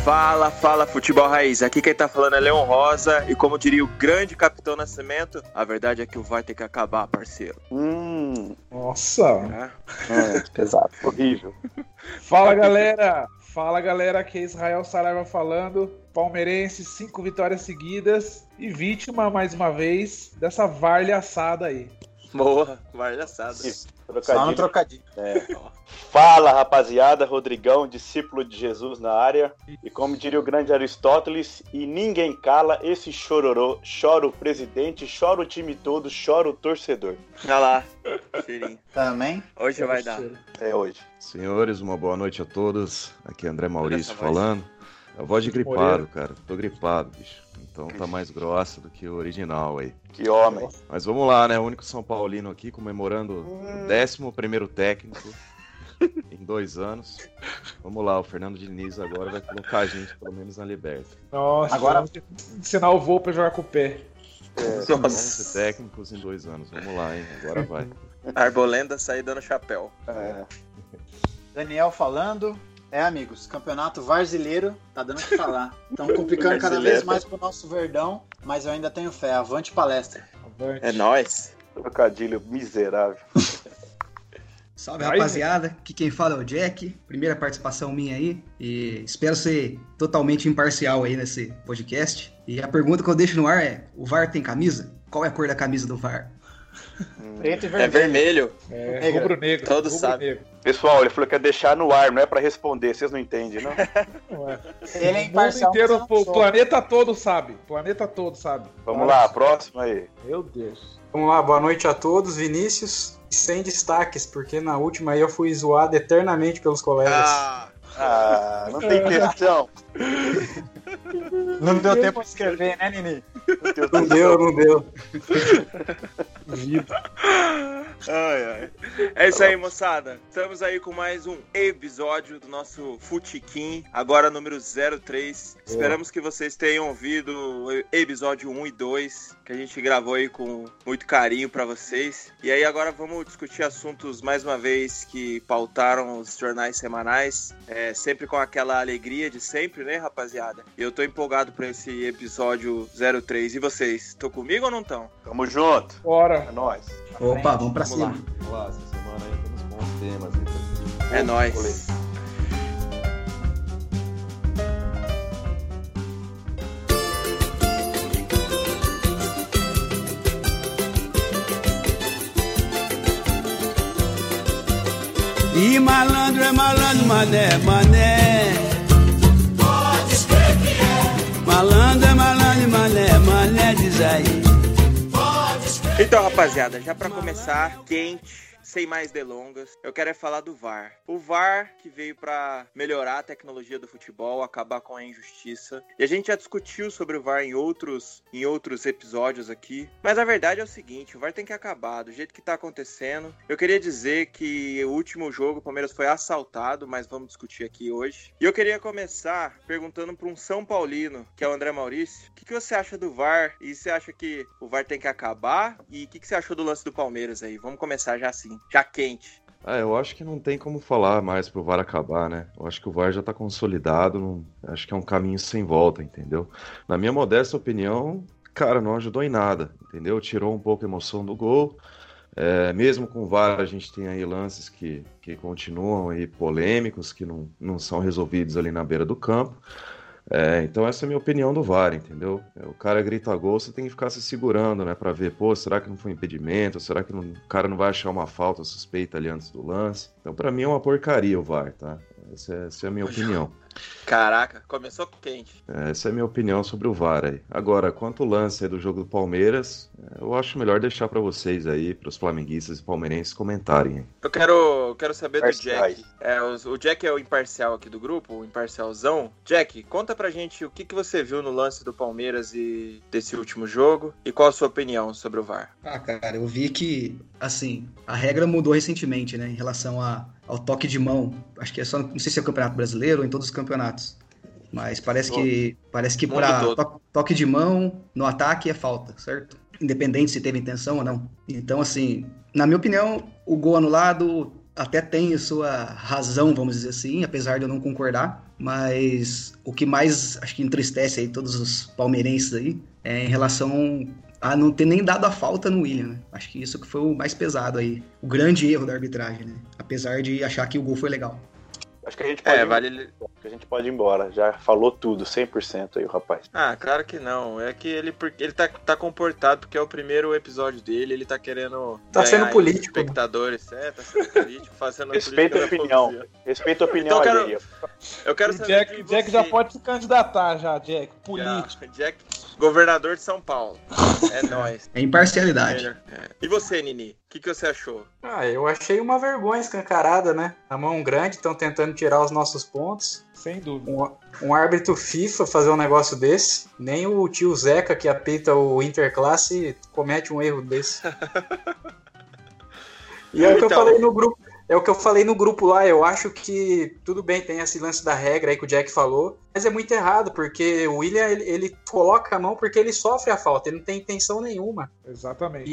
Fala, futebol raiz. Aqui quem tá falando é Leon Rosa. E como diria o grande Capitão Nascimento, a verdade é que o VAR tem que acabar, parceiro. Nossa. Pesado, horrível. Fala, galera. Aqui é Israel Saraiva falando. Palmeirense, 5 vitórias seguidas e vítima, mais uma vez, dessa varlhaçada aí. Boa, varlhaçada. Só no trocadilho. Fala, rapaziada, Rodrigão, discípulo de Jesus na área. E como diria o grande Aristóteles, e ninguém cala esse chororô. Chora o presidente, chora o time todo, chora o torcedor. Olha lá, cheirinho. Também. Hoje vai dar. É hoje. Senhores, uma boa noite a todos. Aqui é André Maurício falando. A voz de gripado, cara. Tô gripado, bicho. Então tá mais grossa do que o original aí. Que homem. Mas vamos lá, né? O único São Paulino aqui comemorando o 11º técnico em 2 anos. Vamos lá, o Fernando Diniz agora vai colocar a gente pelo menos na Liberta. Nossa, agora vamos ensinar o voo pra jogar com o pé. 11 técnicos em 2 anos. Vamos lá, hein? Agora vai. Arbolenda sair dando chapéu. Daniel falando. Amigos, campeonato brasileiro tá dando o que falar. Estão complicando cada vez mais pro nosso Verdão, mas eu ainda tenho fé. Avante palestra. Avante. É nóis. Trocadilho miserável. Salve, rapaziada. Aqui quem fala é o Jack. Primeira participação minha aí. E espero ser totalmente imparcial aí nesse podcast. E a pergunta que eu deixo no ar é: o VAR tem camisa? Qual é a cor da camisa do VAR? Preto e vermelho. É vermelho. Rubro-negro. Todos sabem. Pessoal, ele falou que ia deixar no ar, não é pra responder. Vocês não entendem, não? Ele é imparcial. O mundo inteiro, o planeta todo sabe. Vamos lá, próximo aí. Meu Deus. Vamos lá, boa noite a todos. Vinícius, sem destaques, porque na última aí eu fui zoado eternamente pelos colegas. Não tem questão. Não deu tempo de escrever, né, Nini? Não deu. Ai. É isso aí, moçada. Estamos aí com mais um episódio do nosso Futiquim, agora número 03. Esperamos que vocês tenham ouvido o episódio 1 e 2, que a gente gravou aí com muito carinho pra vocês. E aí agora vamos discutir assuntos, mais uma vez, que pautaram os jornais semanais, sempre com aquela alegria de sempre, né, rapaziada? E eu tô empolgado pra esse episódio 03. E vocês, estão comigo ou não estão? Tamo junto. Bora. É nóis. Opa, vamos pra cima. Vamos lá, essa semana aí temos bons temas aí pra gente. É nóis. E malandro é malandro, mané. Pode escrever que é. Malandro é malandro, mané, diz aí. Então, rapaziada, já pra começar, quente, sem mais delongas, eu quero falar do VAR. O VAR que veio pra melhorar a tecnologia do futebol, acabar com a injustiça. E a gente já discutiu sobre o VAR em outros episódios aqui. Mas a verdade é o seguinte, o VAR tem que acabar do jeito que tá acontecendo. Eu queria dizer que o último jogo, o Palmeiras foi assaltado, mas vamos discutir aqui hoje. E eu queria começar perguntando pra um São Paulino, que é o André Maurício, o que você acha do VAR? E você acha que o VAR tem que acabar? E o que você achou do lance do Palmeiras aí? Vamos começar já assim. Já quente. Eu acho que não tem como falar mais pro VAR acabar, né? Eu acho que o VAR já tá consolidado, acho que é um caminho sem volta, entendeu? Na minha modesta opinião, cara, não ajudou em nada, entendeu? Tirou um pouco a emoção do gol. Mesmo com o VAR, a gente tem aí lances que continuam aí polêmicos, que não são resolvidos ali na beira do campo. Então essa é a minha opinião do VAR, entendeu? O cara grita gol, você tem que ficar se segurando, né? Pra ver, será que não foi impedimento? Será que o cara não vai achar uma falta suspeita ali antes do lance? Então pra mim é uma porcaria o VAR, tá? Essa é a minha opinião. Caraca, começou quente. Essa é a minha opinião sobre o VAR aí. Agora, quanto ao lance aí do jogo do Palmeiras, eu acho melhor deixar pra vocês aí, pros flamenguistas e palmeirenses comentarem aí. Eu quero saber do Jack. O Jack é o imparcial aqui do grupo, o imparcialzão. Jack, conta pra gente o que você viu no lance do Palmeiras e desse último jogo e qual a sua opinião sobre o VAR. Cara, eu vi que, assim, a regra mudou recentemente, né, em relação ao toque de mão. Acho que é só, não sei se é o Campeonato Brasileiro ou em todos os campeonatos, mas parece que para toque de mão no ataque é falta, certo? Independente se teve intenção ou não. Então, assim, na minha opinião, o gol anulado até tem a sua razão, vamos dizer assim, apesar de eu não concordar, mas o que mais acho que entristece aí todos os palmeirenses aí é em relação a não ter nem dado a falta no William, né? Acho que isso que foi o mais pesado aí, o grande erro da arbitragem, né? Apesar de achar que o gol foi legal. Acho que a gente pode ir embora. Já falou tudo, 100% aí o rapaz. Ah, claro que não. É que ele tá comportado, porque é o primeiro episódio dele, ele tá querendo... Tá sendo político. Espectadores, tá sendo político, fazendo... Respeita a opinião. Respeita a opinião então, alheia. Eu quero saber Jack já pode se candidatar já, Jack. Político. Jack, governador de São Paulo. É nóis. É imparcialidade. E você, Nini? O que você achou? Eu achei uma vergonha escancarada, né? A mão grande, estão tentando tirar os nossos pontos. Sem dúvida. Um árbitro FIFA fazer um negócio desse. Nem o tio Zeca, que apita o Interclasse, comete um erro desse. E é o que eu falei no grupo. É o que eu falei no grupo lá, eu acho que tudo bem, tem esse lance da regra aí que o Jack falou, mas é muito errado, porque o William, ele coloca a mão porque ele sofre a falta, ele não tem intenção nenhuma. Exatamente.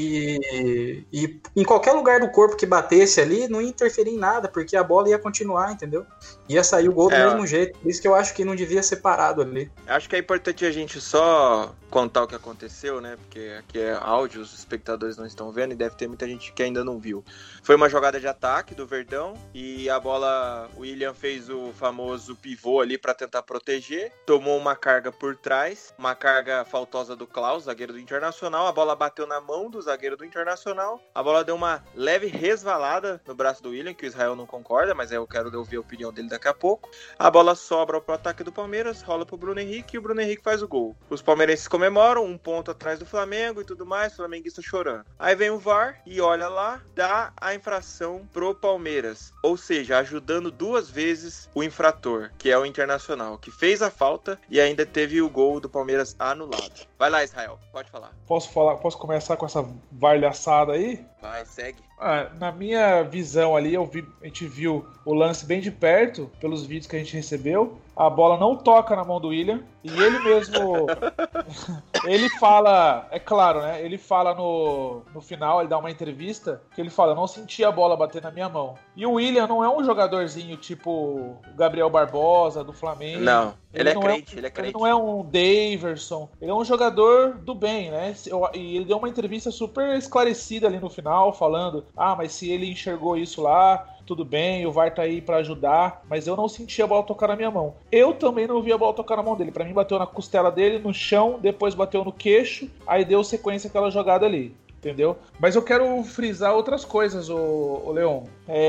E em qualquer lugar do corpo que batesse ali, não ia interferir em nada, porque a bola ia continuar, entendeu? Ia sair o gol do mesmo jeito, por isso que eu acho que não devia ser parado ali. Acho que é importante a gente só contar o que aconteceu, né, porque aqui é áudio, os espectadores não estão vendo e deve ter muita gente que ainda não viu. Foi uma jogada de ataque do Verdão e a bola, o William fez o famoso pivô ali para tentar proteger, tomou uma carga por trás, uma carga faltosa do Klaus, zagueiro do Internacional, a bola bateu na mão do zagueiro do Internacional, a bola deu uma leve resvalada no braço do William, que o Israel não concorda, mas eu quero ouvir a opinião dele daqui a pouco. A bola sobra pro ataque do Palmeiras, rola pro Bruno Henrique e o Bruno Henrique faz o gol. Os palmeirenses comemoram, 1 ponto atrás do Flamengo e tudo mais, flamenguista chorando. Aí vem o VAR e olha lá, dá a infração pro Palmeiras, ou seja, ajudando 2 vezes o infrator, que é o Internacional, que fez a falta e ainda teve o gol do Palmeiras anulado. Vai lá, Israel, pode falar. Posso começar com essa varlhaçada aí? Vai, segue. Na minha visão ali, a gente viu o lance bem de perto, pelos vídeos que a gente recebeu. A bola não toca na mão do William. E ele mesmo... ele fala... É claro, né? Ele fala no final, ele dá uma entrevista, que ele fala, eu não senti a bola bater na minha mão. E o William não é um jogadorzinho tipo o Gabriel Barbosa, do Flamengo. Não, ele é crente. Ele não é um Daverson. Ele é um jogador do bem, né? E ele deu uma entrevista super esclarecida ali no final, falando, mas se ele enxergou isso lá, tudo bem, o VAR tá aí pra ajudar, mas eu não senti a bola tocar na minha mão. Eu também não vi a bola tocar na mão dele. Pra mim bateu na costela dele, no chão, depois bateu no queixo, aí deu sequência aquela jogada ali. Entendeu? Mas eu quero frisar outras coisas, ô Leon.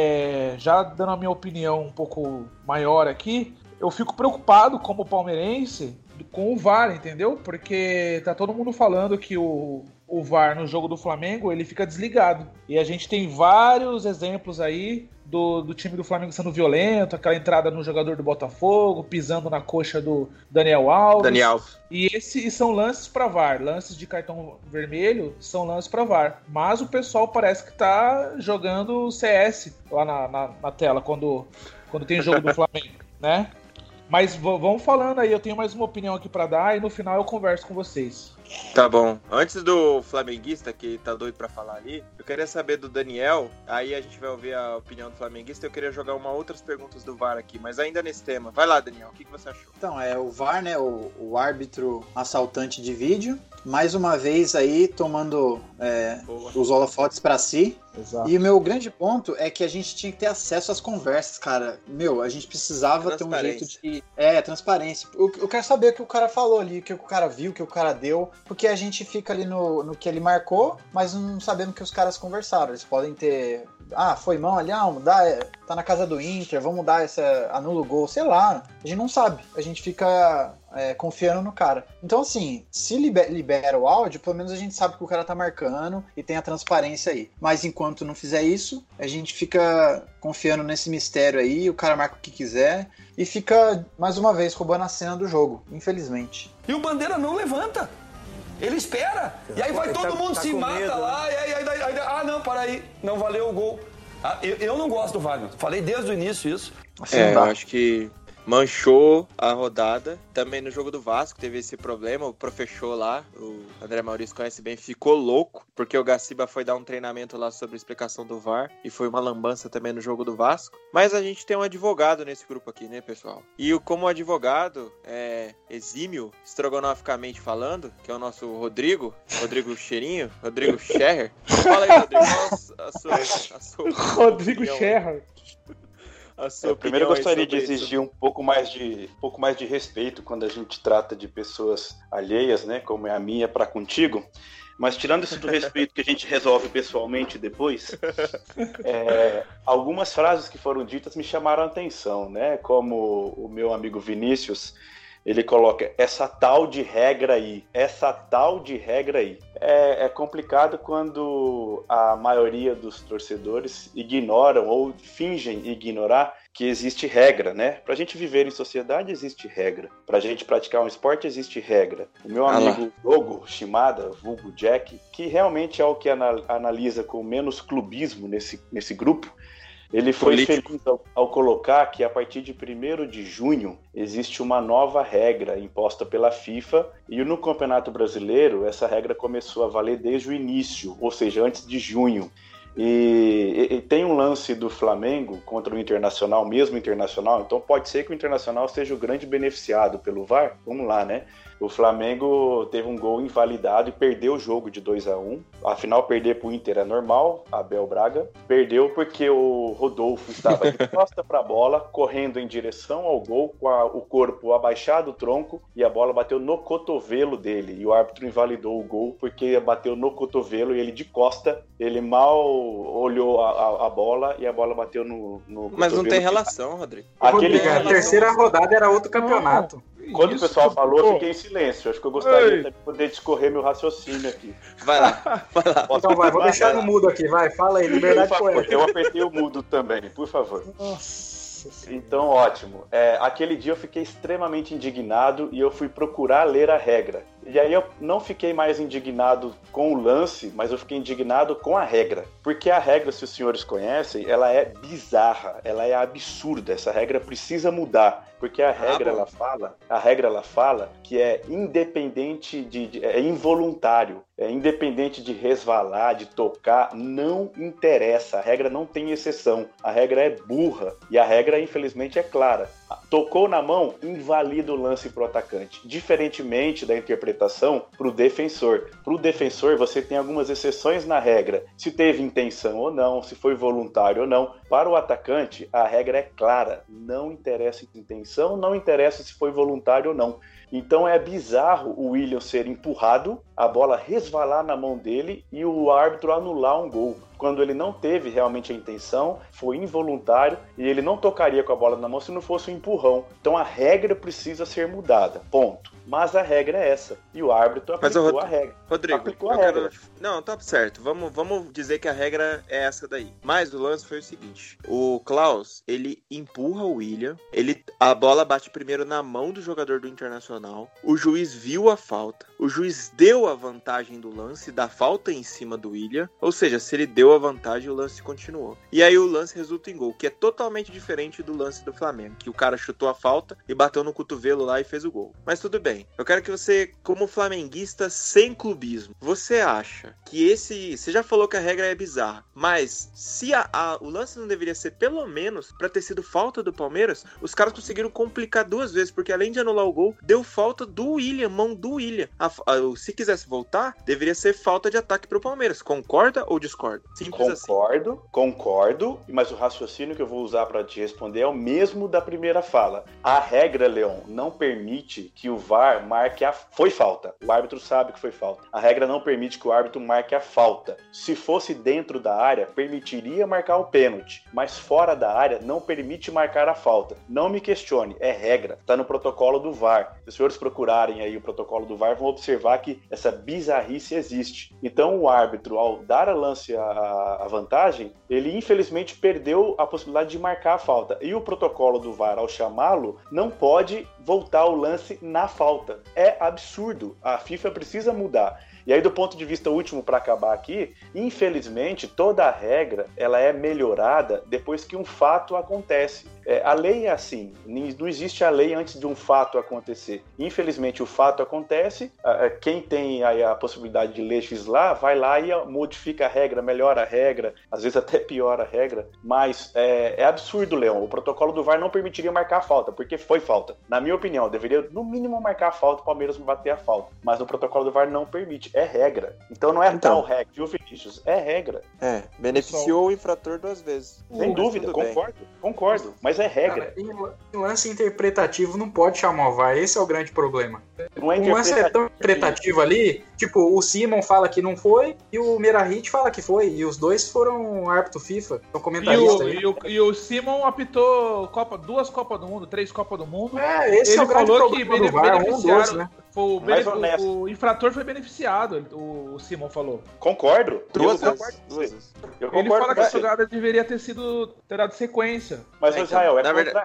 Já dando a minha opinião um pouco maior aqui, eu fico preocupado como palmeirense com o VAR, entendeu? Porque tá todo mundo falando que o VAR no jogo do Flamengo, ele fica desligado. E a gente tem vários exemplos aí do time do Flamengo sendo violento, aquela entrada no jogador do Botafogo, pisando na coxa do Daniel Alves. E são lances para VAR, lances de cartão vermelho são lances para VAR. Mas o pessoal parece que tá jogando CS lá na tela quando tem jogo do Flamengo, né? Mas vamos falando aí, eu tenho mais uma opinião aqui pra dar e no final eu converso com vocês. Tá bom. Antes do flamenguista, que tá doido pra falar ali, eu queria saber do Daniel, aí a gente vai ouvir a opinião do flamenguista, eu queria jogar outras perguntas do VAR aqui, mas ainda nesse tema. Vai lá, Daniel, o que você achou? Então, o VAR, né, o árbitro assaltante de vídeo, mais uma vez aí tomando os holofotes pra si. Exato. E o meu grande ponto é que a gente tinha que ter acesso às conversas, cara. A gente precisava ter um jeito de... transparência. Eu quero saber o que o cara falou ali, o que o cara viu, o que o cara deu, porque a gente fica ali no que ele marcou, mas não sabendo o que os caras conversaram. Eles podem ter... foi mão ali, tá na casa do Inter, vamos mudar anula o gol, sei lá. A gente não sabe. A gente fica... confiando no cara. Então, assim, se libera o áudio, pelo menos a gente sabe que o cara tá marcando e tem a transparência aí. Mas enquanto não fizer isso, a gente fica confiando nesse mistério aí, o cara marca o que quiser e fica, mais uma vez, roubando a cena do jogo, infelizmente. E o Bandeira não levanta. Ele espera. E aí vai todo mundo se mata medo, lá. E aí, não, para aí. Não valeu o gol. Eu não gosto do Wagner. Falei desde o início isso. Eu acho que manchou a rodada. Também no jogo do Vasco teve esse problema, o professor lá, o André Maurício conhece bem, ficou louco, porque o Gaciba foi dar um treinamento lá sobre a explicação do VAR, e foi uma lambança também no jogo do Vasco. Mas a gente tem um advogado nesse grupo aqui, né, pessoal? E como advogado exímio, estrogonoficamente falando, que é o nosso Rodrigo Cheirinho, Rodrigo Scherrer. Fala aí, Rodrigo, qual a sua Rodrigo Scherrer. Primeiro eu gostaria de exigir um pouco mais de respeito quando a gente trata de pessoas alheias, né, como é a minha para contigo. Mas tirando isso do respeito que a gente resolve pessoalmente depois, algumas frases que foram ditas me chamaram a atenção, né? Como o meu amigo Vinícius, ele coloca essa tal de regra aí. É complicado quando a maioria dos torcedores ignoram ou fingem ignorar que existe regra, né? Pra gente viver em sociedade existe regra. Pra gente praticar um esporte existe regra. O meu amigo Dogo Shimada, vulgo Jack, que realmente é o que analisa com menos clubismo nesse grupo, ele foi feliz ao colocar que a partir de 1º de junho existe uma nova regra imposta pela FIFA e no Campeonato Brasileiro essa regra começou a valer desde o início, ou seja, antes de junho. E tem um lance do Flamengo contra o Internacional, mesmo Internacional, então pode ser que o Internacional seja o grande beneficiado pelo VAR. Vamos lá, né? O Flamengo teve um gol invalidado e perdeu o jogo de 2-1. Afinal, perder pro Inter é normal. Abel Braga perdeu porque o Rodolfo estava de costa para a bola, correndo em direção ao gol, com o corpo abaixado, o tronco, e a bola bateu no cotovelo dele. E o árbitro invalidou o gol porque bateu no cotovelo e ele de costa, ele mal olhou a bola e a bola bateu no Mas não tem relação, Rodrigo. A terceira rodada era outro campeonato. Quando o pessoal falou, eu fiquei em silêncio. Acho que eu gostaria de poder discorrer meu raciocínio aqui. Vai lá. Então vou deixar no mudo aqui, vai. Fala aí, liberdade poética. Eu apertei o mudo também, por favor. Nossa. Então, ótimo. Aquele dia eu fiquei extremamente indignado e eu fui procurar ler a regra. E aí eu não fiquei mais indignado com o lance, mas eu fiquei indignado com a regra. Porque a regra, se os senhores conhecem, ela é bizarra, ela é absurda. Essa regra precisa mudar. Porque a regra ela fala que é independente é involuntário, é independente de resvalar, de tocar, não interessa. A regra não tem exceção. A regra é burra e a regra, infelizmente, é clara. Tocou na mão, invalida o lance pro atacante. Diferentemente da interpretação pro defensor. Pro defensor, você tem algumas exceções na regra. Se teve intenção ou não, se foi voluntário ou não. Para o atacante, a regra é clara. Não interessa a intenção, não interessa se foi voluntário ou não. Então é bizarro o William ser empurrado, a bola resvalar na mão dele e o árbitro anular um gol. Quando ele não teve realmente a intenção, foi involuntário e ele não tocaria com a bola na mão se não fosse um empurrão. Então a regra precisa ser mudada, ponto. Mas a regra é essa. E o árbitro aplicou a regra. Rodrigo, aplicou a regra. Não, tá certo. Vamos dizer que a regra é essa daí. Mas o lance foi o seguinte. O Klaus, ele empurra o William. A bola bate primeiro na mão do jogador do Internacional. O juiz viu a falta. O juiz deu a vantagem do lance, da falta em cima do William. Ou seja, se ele deu a vantagem, o lance continuou. E aí o lance resulta em gol, que é totalmente diferente do lance do Flamengo. Que o cara chutou a falta e bateu no cotovelo lá e fez o gol. Mas tudo bem. Eu quero que você, como flamenguista sem clubismo, você acha que você já falou que a regra é bizarra, mas se o lance não deveria ser pelo menos pra ter sido falta do Palmeiras, os caras conseguiram complicar 2 vezes, porque além de anular o gol, deu falta do William, mão do William. Se quisesse voltar, deveria ser falta de ataque pro Palmeiras. Concorda ou discorda? Simples Concordo, mas o raciocínio que eu vou usar pra te responder é o mesmo da primeira fala. A regra, Leon, não permite que o VAR marque foi falta. O árbitro sabe que foi falta. A regra não permite que o árbitro marque a falta. Se fosse dentro da área, permitiria marcar o pênalti, mas fora da área não permite marcar a falta. Não me questione, é regra. Está no protocolo do VAR. Se os senhores procurarem aí o protocolo do VAR, vão observar que essa bizarrice existe. Então o árbitro, ao dar a lance a vantagem, ele infelizmente perdeu a possibilidade de marcar a falta. E o protocolo do VAR, ao chamá-lo, não pode voltar o lance na falta. falta. É absurdo. A FIFA precisa mudar. E aí, do ponto de vista último, para acabar aqui, infelizmente, toda a regra ela é melhorada depois que um fato acontece. A lei é assim, não existe a lei antes de um fato acontecer. Infelizmente, o fato acontece, quem tem aí a possibilidade de legislar, vai lá e modifica a regra, melhora a regra, às vezes até piora a regra, mas é absurdo, Leão. O protocolo do VAR não permitiria marcar a falta, porque foi falta. Na minha opinião, deveria no mínimo marcar a falta, o Palmeiras bater a falta, mas o protocolo do VAR não permite. É regra. Então não é tal regra, viu, Vinícius? É regra. Beneficiou o infrator 2 vezes. Sem dúvida, concordo. Mas é regra. Cara, em lance interpretativo não pode chamar o VAR. Esse é o grande problema. Não é o lance é tão interpretativo ali, tipo, o Simon fala que não foi e o Merahit fala que foi. E os dois foram árbitro FIFA, são comentaristas. E o Simon apitou 2 Copas do Mundo, 3 Copas do Mundo. Esse ele é o grande falou que problema do VAR, beneficiaram, né? O infrator foi beneficiado, o Simon falou. Concordo. Duas vezes. Ele fala que a jogada deveria ter dado sequência. Mas, Israel,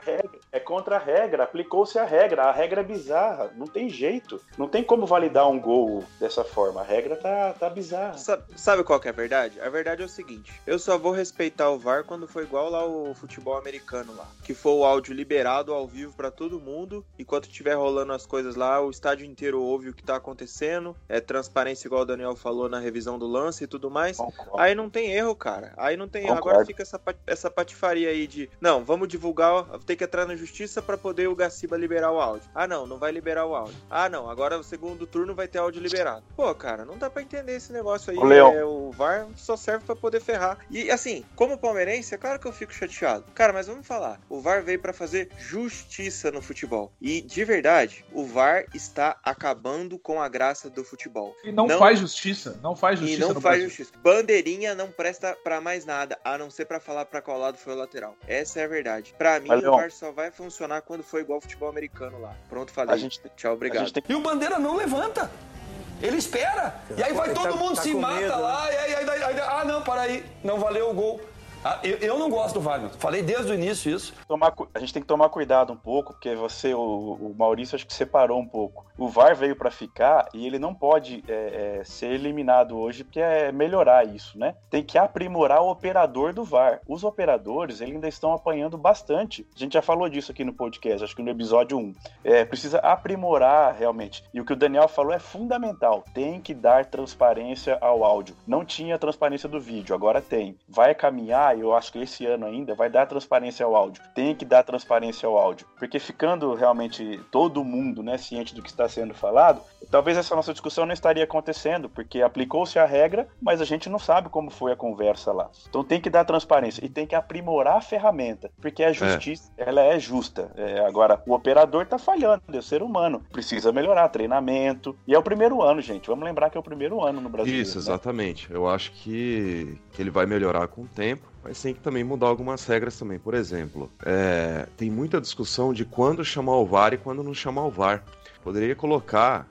é contra a regra. Aplicou-se a regra. A regra é bizarra. Não tem jeito. Não tem como validar um gol dessa forma. A regra tá bizarra. Sabe qual que é a verdade? A verdade é o seguinte. Eu só vou respeitar o VAR quando for igual lá o futebol americano lá. Que for o áudio liberado ao vivo pra todo mundo. Enquanto estiver rolando as coisas lá, o estádio inteiro ouve o que tá acontecendo. É transparência igual o Daniel falou na revisão do lance e tudo mais. Concordo. Aí não tem erro, cara. Aí não tem erro. Concordo. Agora fica essa patifaria aí de não, vamos divulgar, tem que entrar na justiça pra poder o Gaciba liberar o áudio. Ah, não vai liberar o áudio. Ah, não, agora o segundo turno vai ter áudio liberado. Pô, cara, não dá pra entender esse negócio aí. O VAR só serve pra poder ferrar. E assim, como palmeirense, é claro que eu fico chateado. Cara, mas vamos falar. O VAR veio pra fazer justiça no futebol. E, de verdade, o VAR está acabando com a graça do futebol. E não faz justiça. Não faz justiça. E não faz justiça. Bandeirinha não presta pra mais nada, a não ser pra falar pra qual lado foi o lateral. Essa é a verdade. Pra mim, o VAR só vai funcionar quando for igual ao futebol americano lá. Pronto, falei. Tchau, obrigado. E o Bandeira não levanta. Ele espera. E aí vai todo mundo se mata medo, lá. Né? E aí, não, para aí. Não valeu o gol. Eu não gosto do VAR, falei desde o início isso. A gente tem que tomar cuidado um pouco, porque o Maurício, acho que separou um pouco. O VAR veio para ficar e ele não pode ser eliminado hoje, porque é melhorar isso, né? Tem que aprimorar o operador do VAR. Os operadores, eles ainda estão apanhando bastante. A gente já falou disso aqui no podcast, acho que no episódio 1. Precisa aprimorar realmente. E o que o Daniel falou é fundamental. Tem que dar transparência ao áudio. Não tinha transparência do vídeo, agora tem. Vai caminhar, eu acho que esse ano ainda vai dar transparência ao áudio. Tem que dar transparência ao áudio. Porque ficando realmente todo mundo, né, ciente do que está sendo falado, talvez essa nossa discussão não estaria acontecendo, porque aplicou-se a regra, mas a gente não sabe como foi a conversa lá. Então tem que dar transparência e tem que aprimorar a ferramenta, porque a justiça, ela é justa. Agora, o operador está falhando, é o ser humano. Precisa melhorar treinamento. E é o primeiro ano, gente. Vamos lembrar que é o primeiro ano no Brasil. Isso, exatamente. Né? Eu acho que ele vai melhorar com o tempo. Mas tem que também mudar algumas regras também. Por exemplo, tem muita discussão de quando chamar o VAR e quando não chamar o VAR. Poderia colocar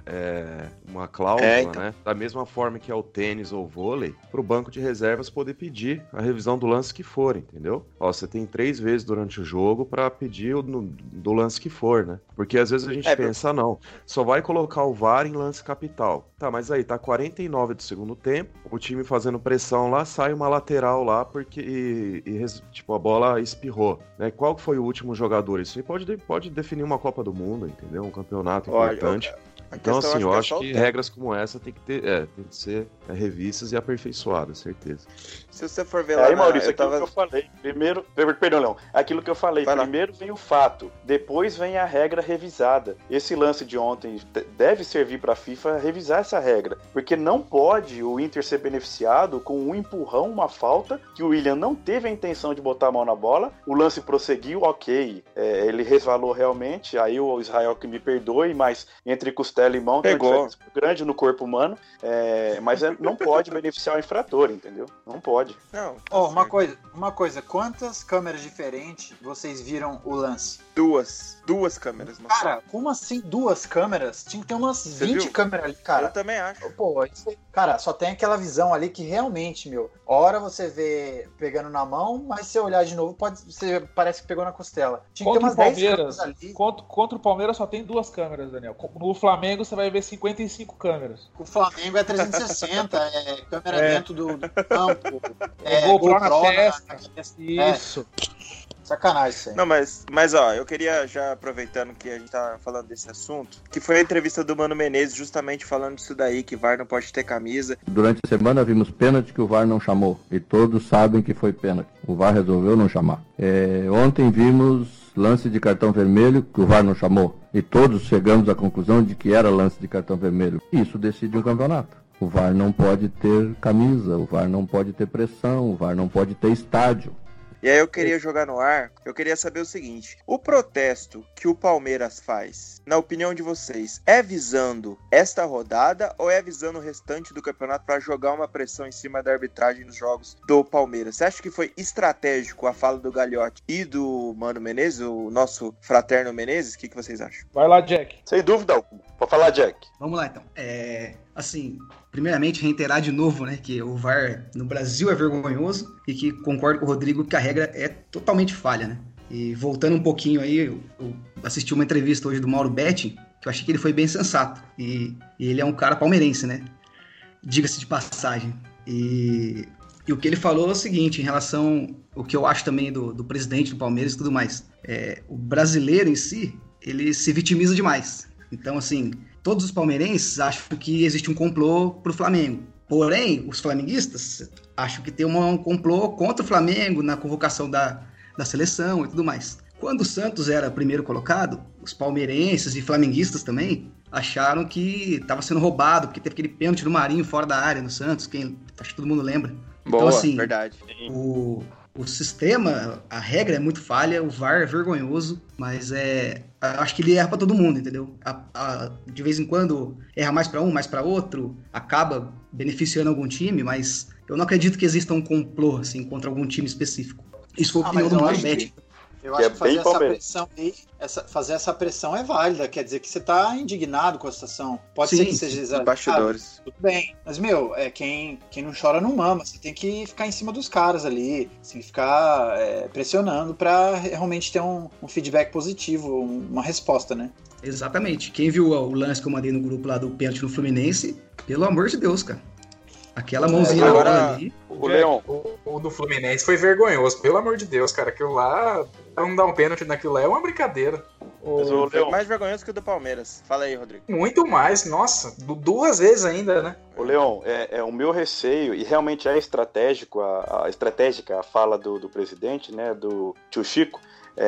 uma cláusula, né? Da mesma forma que é o tênis ou o vôlei, para o banco de reservas poder pedir a revisão do lance que for, entendeu? Você tem 3 vezes durante o jogo para pedir do lance que for, né? Porque às vezes a gente pensa, não, só vai colocar o VAR em lance capital. Tá, mas aí tá 49 do segundo tempo, o time fazendo pressão lá, sai uma lateral lá porque tipo, a bola espirrou, né? Qual foi o último jogador? Isso aí pode definir uma Copa do Mundo, entendeu? Um campeonato importante. Então, assim, eu acho que regras como essa tem que ser revistas e aperfeiçoadas, certeza. Se você for ver lá... Aí, Maurício, aquilo que eu falei. Primeiro... Perdão, Leão. Aquilo que eu falei. Primeiro vem o fato, depois vem a regra revisada. Esse lance de ontem deve servir para a FIFA revisar essa regra. Porque não pode o Inter ser beneficiado com um empurrão, uma falta, que o William não teve a intenção de botar a mão na bola. O lance prosseguiu, ok. Ele resvalou realmente. Aí o Israel que me perdoe, mas entre costela costela e mão tem uma diferença grande no corpo humano, mas não pode beneficiar o infrator, entendeu? Não pode. Não. Uma coisa, quantas câmeras diferentes vocês viram o lance? Duas câmeras. Cara, como assim 2 câmeras? Tinha que ter umas 20 câmeras ali, cara. Eu também acho. Pô, cara, só tem aquela visão ali que realmente, hora você vê pegando na mão, mas se você olhar de novo, parece que pegou na costela. Tinha que ter umas 10 câmeras ali. Contra o Palmeiras só tem 2 câmeras, Daniel. No Flamengo você vai ver 55 câmeras. O Flamengo é 360, câmera dentro do campo. GoPro na testa. Isso. Sacanagem isso aí. Não, mas ó, eu queria já aproveitando que a gente tá falando desse assunto, que foi a entrevista do Mano Menezes justamente falando disso daí, que VAR não pode ter camisa. Durante a semana vimos pênalti que o VAR não chamou, e todos sabem que foi pênalti. O VAR resolveu não chamar. Ontem vimos lance de cartão vermelho que o VAR não chamou, e todos chegamos à conclusão de que era lance de cartão vermelho. Isso decide um campeonato. O VAR não pode ter camisa, o VAR não pode ter pressão, o VAR não pode ter estádio. E aí eu queria jogar no ar, eu queria saber o seguinte, o protesto que o Palmeiras faz, na opinião de vocês, é visando esta rodada ou é visando o restante do campeonato para jogar uma pressão em cima da arbitragem nos jogos do Palmeiras? Você acha que foi estratégico a fala do Gagliotti e do Mano Menezes, o nosso fraterno Menezes? O que vocês acham? Vai lá, Jack. Sem dúvida alguma. Pode falar, Jack. Vamos lá, então. Assim, primeiramente, reiterar de novo, né, que o VAR no Brasil é vergonhoso e que concordo com o Rodrigo que a regra é totalmente falha, né? E voltando um pouquinho aí, eu assisti uma entrevista hoje do Mauro Betti, que eu achei que ele foi bem sensato. E ele é um cara palmeirense, né? Diga-se de passagem. E o que ele falou é o seguinte, em relação ao que eu acho também do presidente do Palmeiras e tudo mais. O brasileiro em si, ele se vitimiza demais. Então, assim, todos os palmeirenses acham que existe um complô pro Flamengo. Porém, os flamenguistas acham que tem um complô contra o Flamengo na convocação da seleção e tudo mais. Quando o Santos era primeiro colocado, os palmeirenses e flamenguistas também acharam que estava sendo roubado, porque teve aquele pênalti do Marinho fora da área no Santos, acho que todo mundo lembra. Boa, então, assim, verdade. O sistema, a regra é muito falha, o VAR é vergonhoso, mas acho que ele erra pra todo mundo, entendeu? De vez em quando erra mais pra um, mais pra outro, acaba beneficiando algum time, mas eu não acredito que exista um complô assim, contra algum time específico. Isso foi a opinião do Mauro Betti. Eu acho que fazer essa pressão é válida, quer dizer que você tá indignado com a situação. Pode ser que seja exagerado. Bastidores. Tudo bem. Mas, quem não chora não mama. Você tem que ficar em cima dos caras ali. Você tem que ficar pressionando pra realmente ter um feedback positivo, uma resposta, né? Exatamente. Quem viu o lance que eu mandei no grupo lá do pênalti no Fluminense, pelo amor de Deus, cara. Aquela mãozinha agora ali. O Leão. O do Fluminense foi vergonhoso, pelo amor de Deus, cara. Aquilo lá, não dar um pênalti naquilo lá é uma brincadeira. Foi mais vergonhoso que o do Palmeiras. Fala aí, Rodrigo. Muito mais, nossa. 2 vezes ainda, né? Ô, Leão, o meu receio, e realmente é estratégica a fala do presidente, né, do tio Chico,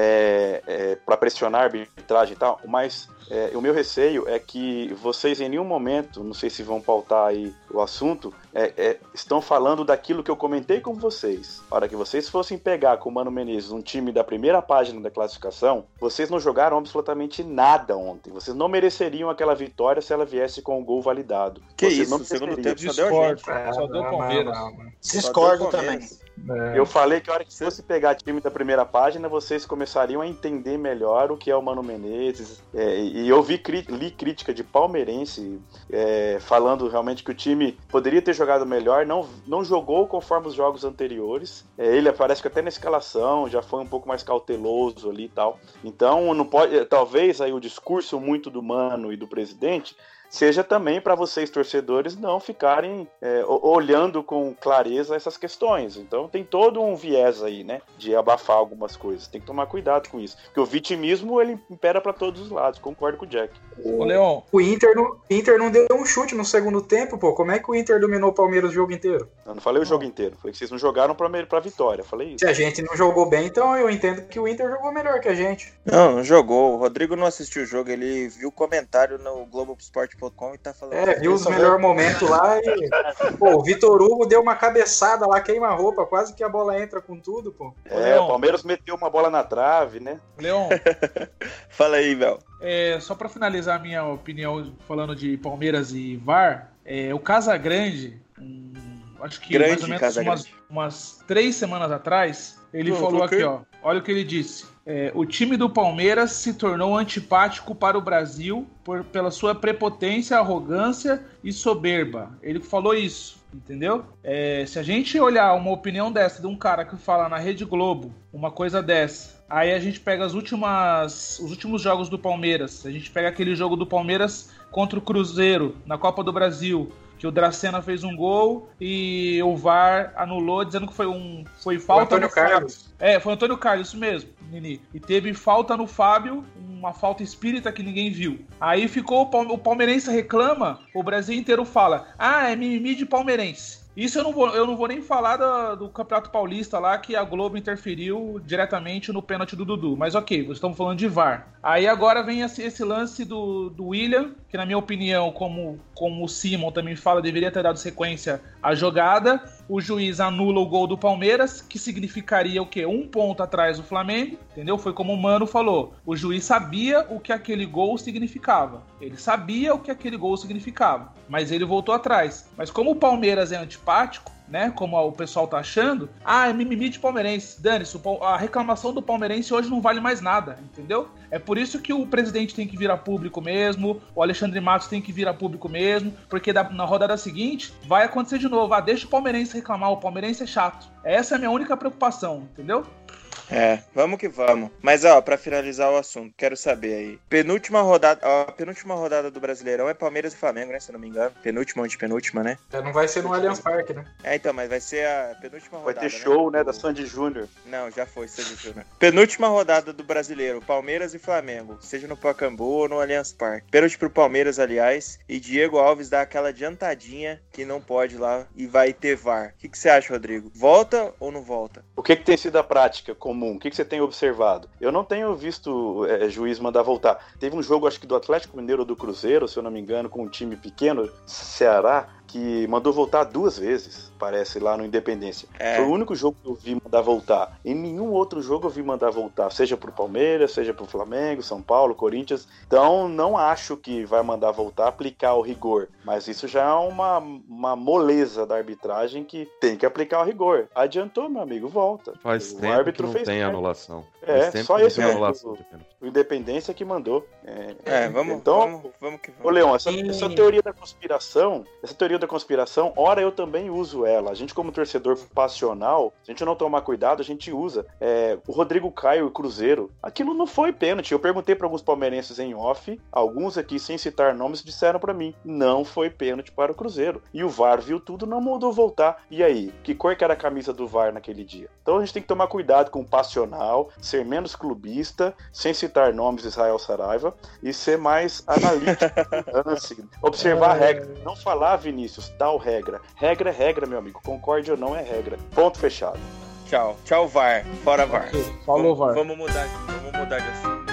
para pressionar a arbitragem e tal, mas o meu receio é que vocês em nenhum momento, não sei se vão pautar aí o assunto, estão falando daquilo que eu comentei com vocês. A hora que vocês fossem pegar com o Mano Menezes um time da primeira página da classificação, vocês não jogaram absolutamente nada ontem. Vocês não mereceriam aquela vitória se ela viesse com o gol validado. Que vocês isso, não o segundo tempo só deu deu a gente. Só deu Palmeiras. Discordo também. Eu falei que a hora que fosse pegar time da primeira página, vocês começariam a entender melhor o que é o Mano Menezes. E eu li crítica de palmeirense falando realmente que o time poderia ter jogado melhor, não jogou conforme os jogos anteriores. Ele parece que até na escalação já foi um pouco mais cauteloso ali e tal. Então, não pode, talvez aí o discurso muito do Mano e do presidente seja também para vocês, torcedores, não ficarem olhando com clareza essas questões. Então tem todo um viés aí, né, de abafar algumas coisas. Tem que tomar cuidado com isso. Porque o vitimismo, ele impera para todos os lados. Concordo com o Jack. Ô, Leon. O Inter não deu um chute no segundo tempo, pô. Como é que o Inter dominou o Palmeiras o jogo inteiro? Eu não falei o jogo inteiro. Falei que vocês não jogaram pra vitória. Falei isso. Se a gente não jogou bem, então eu entendo que o Inter jogou melhor que a gente. Não jogou. O Rodrigo não assistiu o jogo. Ele viu o comentário no Globoesporte.com e tá falando. Viu os melhores momentos lá e... Pô, o Vitor Hugo deu uma cabeçada lá, queima-roupa, quase que a bola entra com tudo, pô. O Palmeiras meteu uma bola na trave, né? Leon. Fala aí, Vel. Só pra finalizar a minha opinião, falando de Palmeiras e VAR, o Casagrande, acho que mais ou menos umas 3 semanas atrás, ele falou aqui, ó, olha o que ele disse. O time do Palmeiras se tornou antipático para o Brasil pela sua prepotência, arrogância e soberba. Ele falou isso, entendeu? Se a gente olhar uma opinião dessa de um cara que fala na Rede Globo uma coisa dessa, aí a gente pega os últimos jogos do Palmeiras, a gente pega aquele jogo do Palmeiras contra o Cruzeiro na Copa do Brasil, que o Dracena fez um gol e o VAR anulou, dizendo que foi falta no Carlos. Foi o Antônio Carlos, isso mesmo, Nini. E teve falta no Fábio, uma falta espírita que ninguém viu. Aí ficou, o palmeirense reclama, o Brasil inteiro fala, é mimimi de palmeirense. Isso eu não vou nem falar do Campeonato Paulista lá, que a Globo interferiu diretamente no pênalti do Dudu. Mas ok, estamos falando de VAR. Aí agora vem esse lance do William, que na minha opinião, como o Simon também fala, deveria ter dado sequência à jogada. O juiz anula o gol do Palmeiras, que significaria o quê? 1 ponto atrás do Flamengo, entendeu? Foi como o Mano falou. O juiz sabia o que aquele gol significava. Ele sabia o que aquele gol significava, mas ele voltou atrás. Mas como o Palmeiras é antipático, né, como o pessoal tá achando, é mimimi de palmeirense. Dane-se, a reclamação do palmeirense hoje não vale mais nada, entendeu? É por isso que o presidente tem que vir a público mesmo, o Alexandre Matos tem que vir a público mesmo, porque na rodada seguinte vai acontecer de novo. Deixa o palmeirense reclamar, o palmeirense é chato. Essa é a minha única preocupação, entendeu? Vamos que vamos. Mas, pra finalizar o assunto, quero saber aí. Penúltima rodada do Brasileirão é Palmeiras e Flamengo, né? Se eu não me engano. Penúltima ou antepenúltima, né? Não vai ser no Allianz Parque, né? Então, mas vai ser a penúltima rodada. Vai ter show, né? Da Sandy Júnior. Não, já foi, Sandy Júnior. Penúltima rodada do Brasileiro, Palmeiras e Flamengo. Seja no Pacaembu ou no Allianz Parque. Pênalti pro Palmeiras, aliás. E Diego Alves dá aquela adiantadinha que não pode lá e vai ter VAR. O que você acha, Rodrigo? Volta ou não volta? O que tem sido a prática comum? O que você tem observado? Eu não tenho visto juiz mandar voltar. Teve um jogo, acho que do Atlético Mineiro ou do Cruzeiro, se eu não me engano, com um time pequeno, Ceará, que mandou voltar 2 vezes, parece, lá no Independência. Foi o único jogo que eu vi mandar voltar. Em nenhum outro jogo eu vi mandar voltar, seja pro Palmeiras, seja pro Flamengo, São Paulo, Corinthians. Então, não acho que vai mandar voltar, aplicar o rigor. Mas isso já é uma moleza da arbitragem que tem que aplicar o rigor. Adiantou, meu amigo, volta. Faz tempo árbitro que não tem anulação. Só esse anulação. O Independência que mandou. Vamos que vamos. Ô, Leão, essa teoria da conspiração, ora eu também uso ela. A gente, como torcedor passional, se a gente não tomar cuidado, a gente usa. O Rodrigo Caio e Cruzeiro, aquilo não foi pênalti. Eu perguntei para alguns palmeirenses em off, alguns aqui sem citar nomes disseram para mim, não foi pênalti para o Cruzeiro. E o VAR viu tudo, não mandou voltar. E aí, que cor que era a camisa do VAR naquele dia? Então a gente tem que tomar cuidado com o passional, ser menos clubista, sem citar nomes de Israel Saraiva, e ser mais analítico. Observar a regra. Não falar, Vinícius, tal regra. Regra é regra, meu amigo. Concorde ou não é regra. Ponto fechado. Tchau, VAR. Fora VAR. Falou, VAR. Vamos mudar de assunto.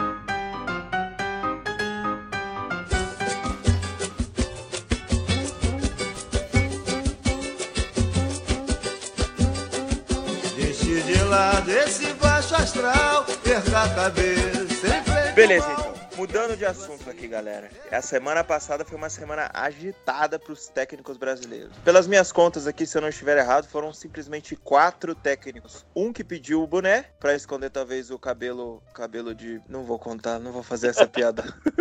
Deixe de lado esse baixo astral, perca a cabeça em frente. Beleza, então. Mudando de assunto aqui, galera. A semana passada foi uma semana agitada para os técnicos brasileiros. Pelas minhas contas aqui, se eu não estiver errado, foram simplesmente 4 técnicos. Um que pediu o boné para esconder talvez o cabelo de... Não vou contar, não vou fazer essa piada.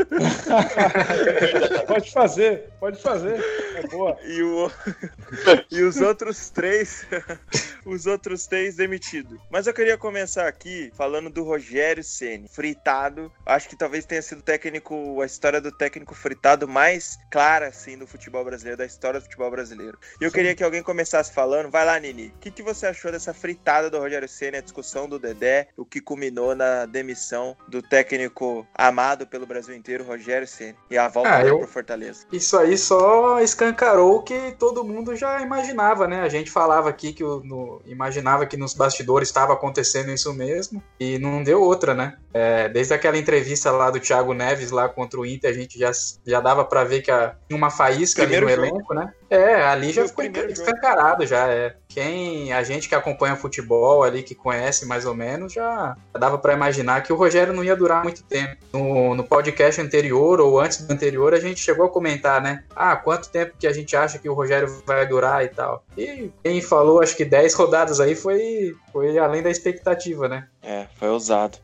Pode fazer. É boa. E os outros 3... os outros 3 demitidos. Mas eu queria começar aqui falando do Rogério Ceni, fritado. Acho que talvez tenha sido a história do técnico fritado mais clara, assim, do futebol brasileiro, da história do futebol brasileiro. E eu queria que alguém começasse falando. Vai lá, Nini. O que você achou dessa fritada do Rogério Ceni, a discussão do Dedé, o que culminou na demissão do técnico amado pelo Brasil inteiro, Rogério Ceni, e a volta dele pro Fortaleza? Isso aí só escancarou o que todo mundo já imaginava, né? A gente falava aqui imaginava que nos bastidores estava acontecendo isso mesmo, e não deu outra, né? Desde aquela entrevista lá do Thiago Neves lá contra o Inter, a gente já dava pra ver que tinha uma faísca ali no elenco, né? Ali já ficou escancarado já. A gente que acompanha futebol ali, que conhece mais ou menos, já dava pra imaginar que o Rogério não ia durar muito tempo. No podcast anterior ou antes do anterior, a gente chegou a comentar, né? Quanto tempo que a gente acha que o Rogério vai durar e tal. E quem falou, acho que 10 rodadas aí foi além da expectativa, né? Foi ousado.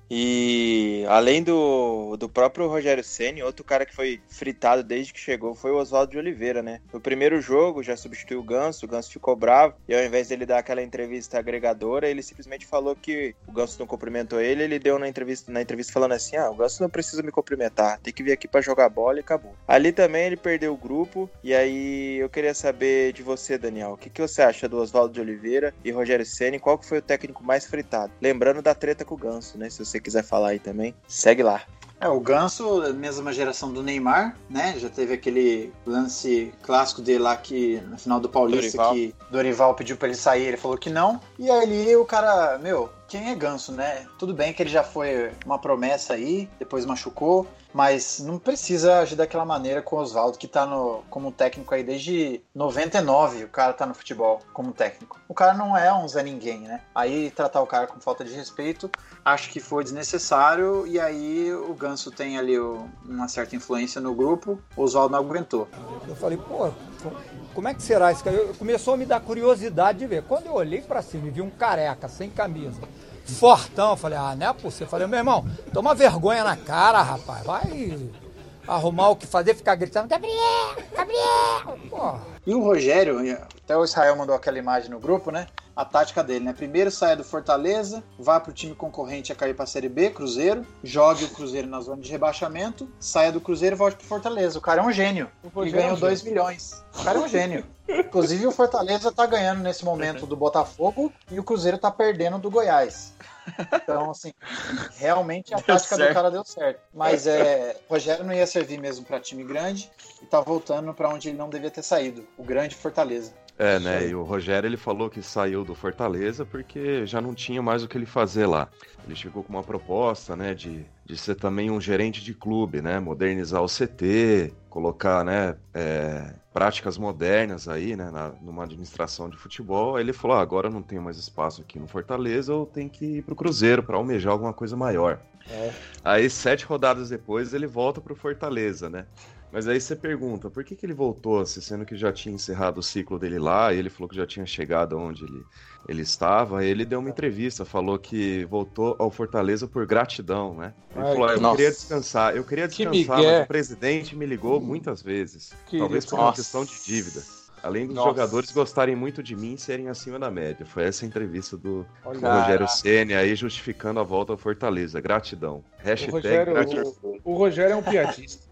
E além do próprio Rogério Ceni, outro cara que foi fritado desde que chegou foi o Oswaldo de Oliveira, né? No primeiro jogo já substituiu o Ganso ficou bravo, e ao invés dele dar aquela entrevista agregadora, ele simplesmente falou que o Ganso não cumprimentou ele deu na entrevista falando assim, o Ganso não precisa me cumprimentar, tem que vir aqui pra jogar bola e acabou. Ali também ele perdeu o grupo, e aí eu queria saber de você, Daniel, o que você acha do Oswaldo de Oliveira e Rogério Ceni, qual que foi o técnico mais fritado? Lembrando da treta com o Ganso, né? Se você quiser falar aí também, segue lá. O Ganso, mesma geração do Neymar, né? Já teve aquele lance clássico dele lá que no final do Paulista que Dorival pediu pra ele sair, ele falou que não. E aí o cara, quem é Ganso, né? Tudo bem que ele já foi uma promessa aí, depois machucou, mas não precisa agir daquela maneira com o Oswaldo, que tá como técnico aí desde 99, o cara tá no futebol como técnico. O cara não é um Zé Ninguém, né? Aí tratar o cara com falta de respeito, acho que foi desnecessário, e aí o Ganso tem ali uma certa influência no grupo, o Oswaldo não aguentou. Eu falei, como é que será isso? Começou a me dar curiosidade de ver. Quando eu olhei pra cima e vi um careca, sem camisa, fortão, eu falei, não é possível. Eu falei, meu irmão, toma vergonha na cara, rapaz, vai arrumar o que fazer, ficar gritando, Gabriel, porra. E o Rogério, até o Israel mandou aquela imagem no grupo, né? A tática dele, né? Primeiro saia do Fortaleza, vá pro time concorrente a cair pra Série B, Cruzeiro, jogue o Cruzeiro na zona de rebaixamento, saia do Cruzeiro e volte pro Fortaleza. O cara é um gênio. E ganhou 2 milhões. O cara é um gênio. Inclusive o Fortaleza tá ganhando nesse momento do Botafogo e o Cruzeiro tá perdendo do Goiás. Então, assim, realmente a tática do cara deu certo. Mas o Rogério não ia servir mesmo pra time grande e tá voltando pra onde ele não devia ter saído, o grande Fortaleza. Né, e o Rogério ele falou que saiu do Fortaleza porque já não tinha mais o que ele fazer lá. Ele chegou com uma proposta, né, de ser também um gerente de clube, né, modernizar o CT, colocar, né, práticas modernas aí, né, numa administração de futebol. Aí ele falou, agora eu não tenho mais espaço aqui no Fortaleza, eu tenho que ir pro Cruzeiro para almejar alguma coisa maior. Aí 7 rodadas depois ele volta pro Fortaleza, né. Mas aí você pergunta, por que ele voltou, sendo que já tinha encerrado o ciclo dele lá, e ele falou que já tinha chegado onde ele estava, ele deu uma entrevista, falou que voltou ao Fortaleza por gratidão, né? Ele falou, eu queria descansar, mas o presidente me ligou muitas vezes, talvez por uma questão de dívida. Além dos jogadores gostarem muito de mim e serem acima da média. Foi essa a entrevista do Rogério Ceni aí, justificando a volta ao Fortaleza. Gratidão. Gratidão. O Rogério é um piadista.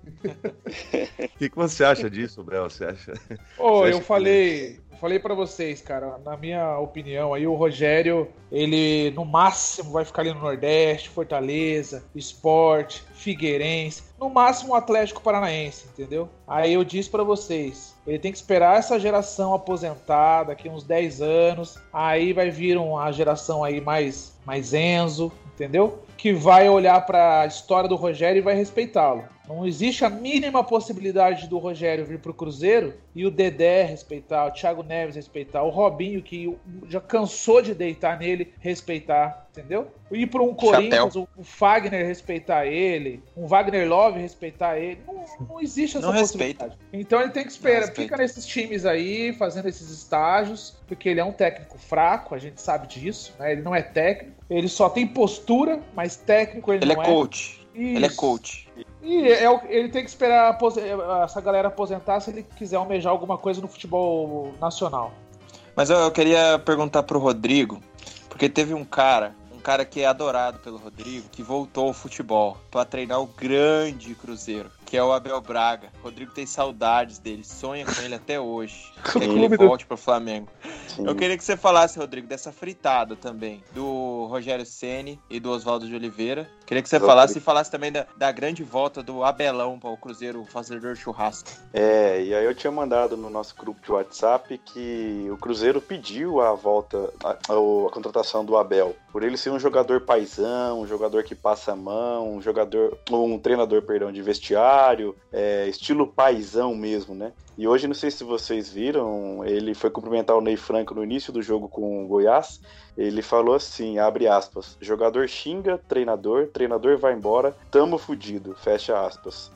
O que você acha disso, Brel? Você acha? Eu falei pra vocês, cara, na minha opinião aí, o Rogério, ele no máximo vai ficar ali no Nordeste, Fortaleza, Sport, Figueirense, no máximo o Atlético Paranaense, entendeu? Aí eu disse pra vocês, ele tem que esperar essa geração aposentar daqui uns 10 anos, aí vai vir uma geração aí mais Enzo, entendeu? Que vai olhar pra história do Rogério e vai respeitá-lo. Não existe a mínima possibilidade do Rogério vir pro Cruzeiro e o Dedé respeitar, o Thiago Neves respeitar, o Robinho, que já cansou de deitar nele, respeitar, entendeu? Ir para um Corinthians, o Fagner respeitar ele, um Wagner Love respeitar ele. Não existe essa possibilidade. Então ele tem que esperar, fica nesses times aí, fazendo esses estágios, porque ele é um técnico fraco, a gente sabe disso, né? Ele não é técnico, ele só tem postura, mas técnico ele não é. Coach. Ele é coach. E ele tem que esperar essa galera aposentar se ele quiser almejar alguma coisa no futebol nacional. Mas eu queria perguntar pro Rodrigo, porque teve um cara que é adorado pelo Rodrigo, que voltou ao futebol para treinar o grande Cruzeiro, que é o Abel Braga. O Rodrigo tem saudades dele, sonha com ele até hoje. Quer que ele volte pro Flamengo. Sim. Eu queria que você falasse, Rodrigo, dessa fritada também, do Rogério Ceni e do Oswaldo de Oliveira. Queria que você falasse também da grande volta do Abelão para o Cruzeiro, o fazedor churrasco. E aí eu tinha mandado no nosso grupo de WhatsApp que o Cruzeiro pediu a volta, a contratação do Abel, por ele ser um jogador paizão, um jogador que passa a mão, um treinador de vestiário, estilo paizão mesmo, né? E hoje, não sei se vocês viram, ele foi cumprimentar o Ney Franco no início do jogo com o Goiás. Ele falou assim, abre aspas, jogador xinga, treinador vai embora, tamo fudido, fecha aspas.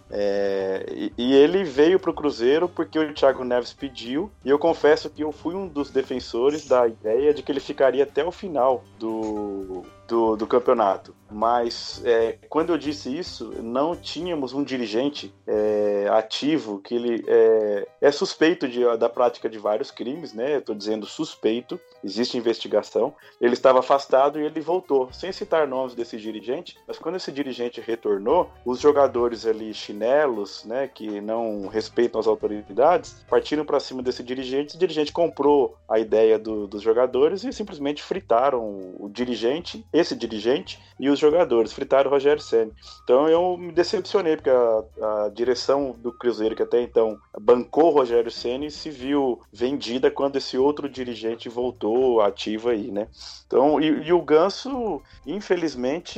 E ele veio pro Cruzeiro porque o Thiago Neves pediu, e eu confesso que eu fui um dos defensores da ideia de que ele ficaria até o final do campeonato. Mas quando eu disse isso, não tínhamos um dirigente ativo que ele é suspeito da prática de vários crimes, né? Eu tô dizendo suspeito, existe investigação. Ele estava afastado e ele voltou, sem citar nomes desse dirigente, mas quando esse dirigente retornou, os jogadores ali chinelos, né, que não respeitam as autoridades, partiram para cima desse dirigente. Esse dirigente comprou a ideia dos jogadores e simplesmente fritaram esse dirigente e os jogadores, fritaram o Rogério Ceni. Então eu me decepcionei, porque a direção do Cruzeiro, que até então bancou o Rogério Ceni, se viu vendida quando esse outro dirigente voltou ativo aí, né? Então, e o Ganso, infelizmente,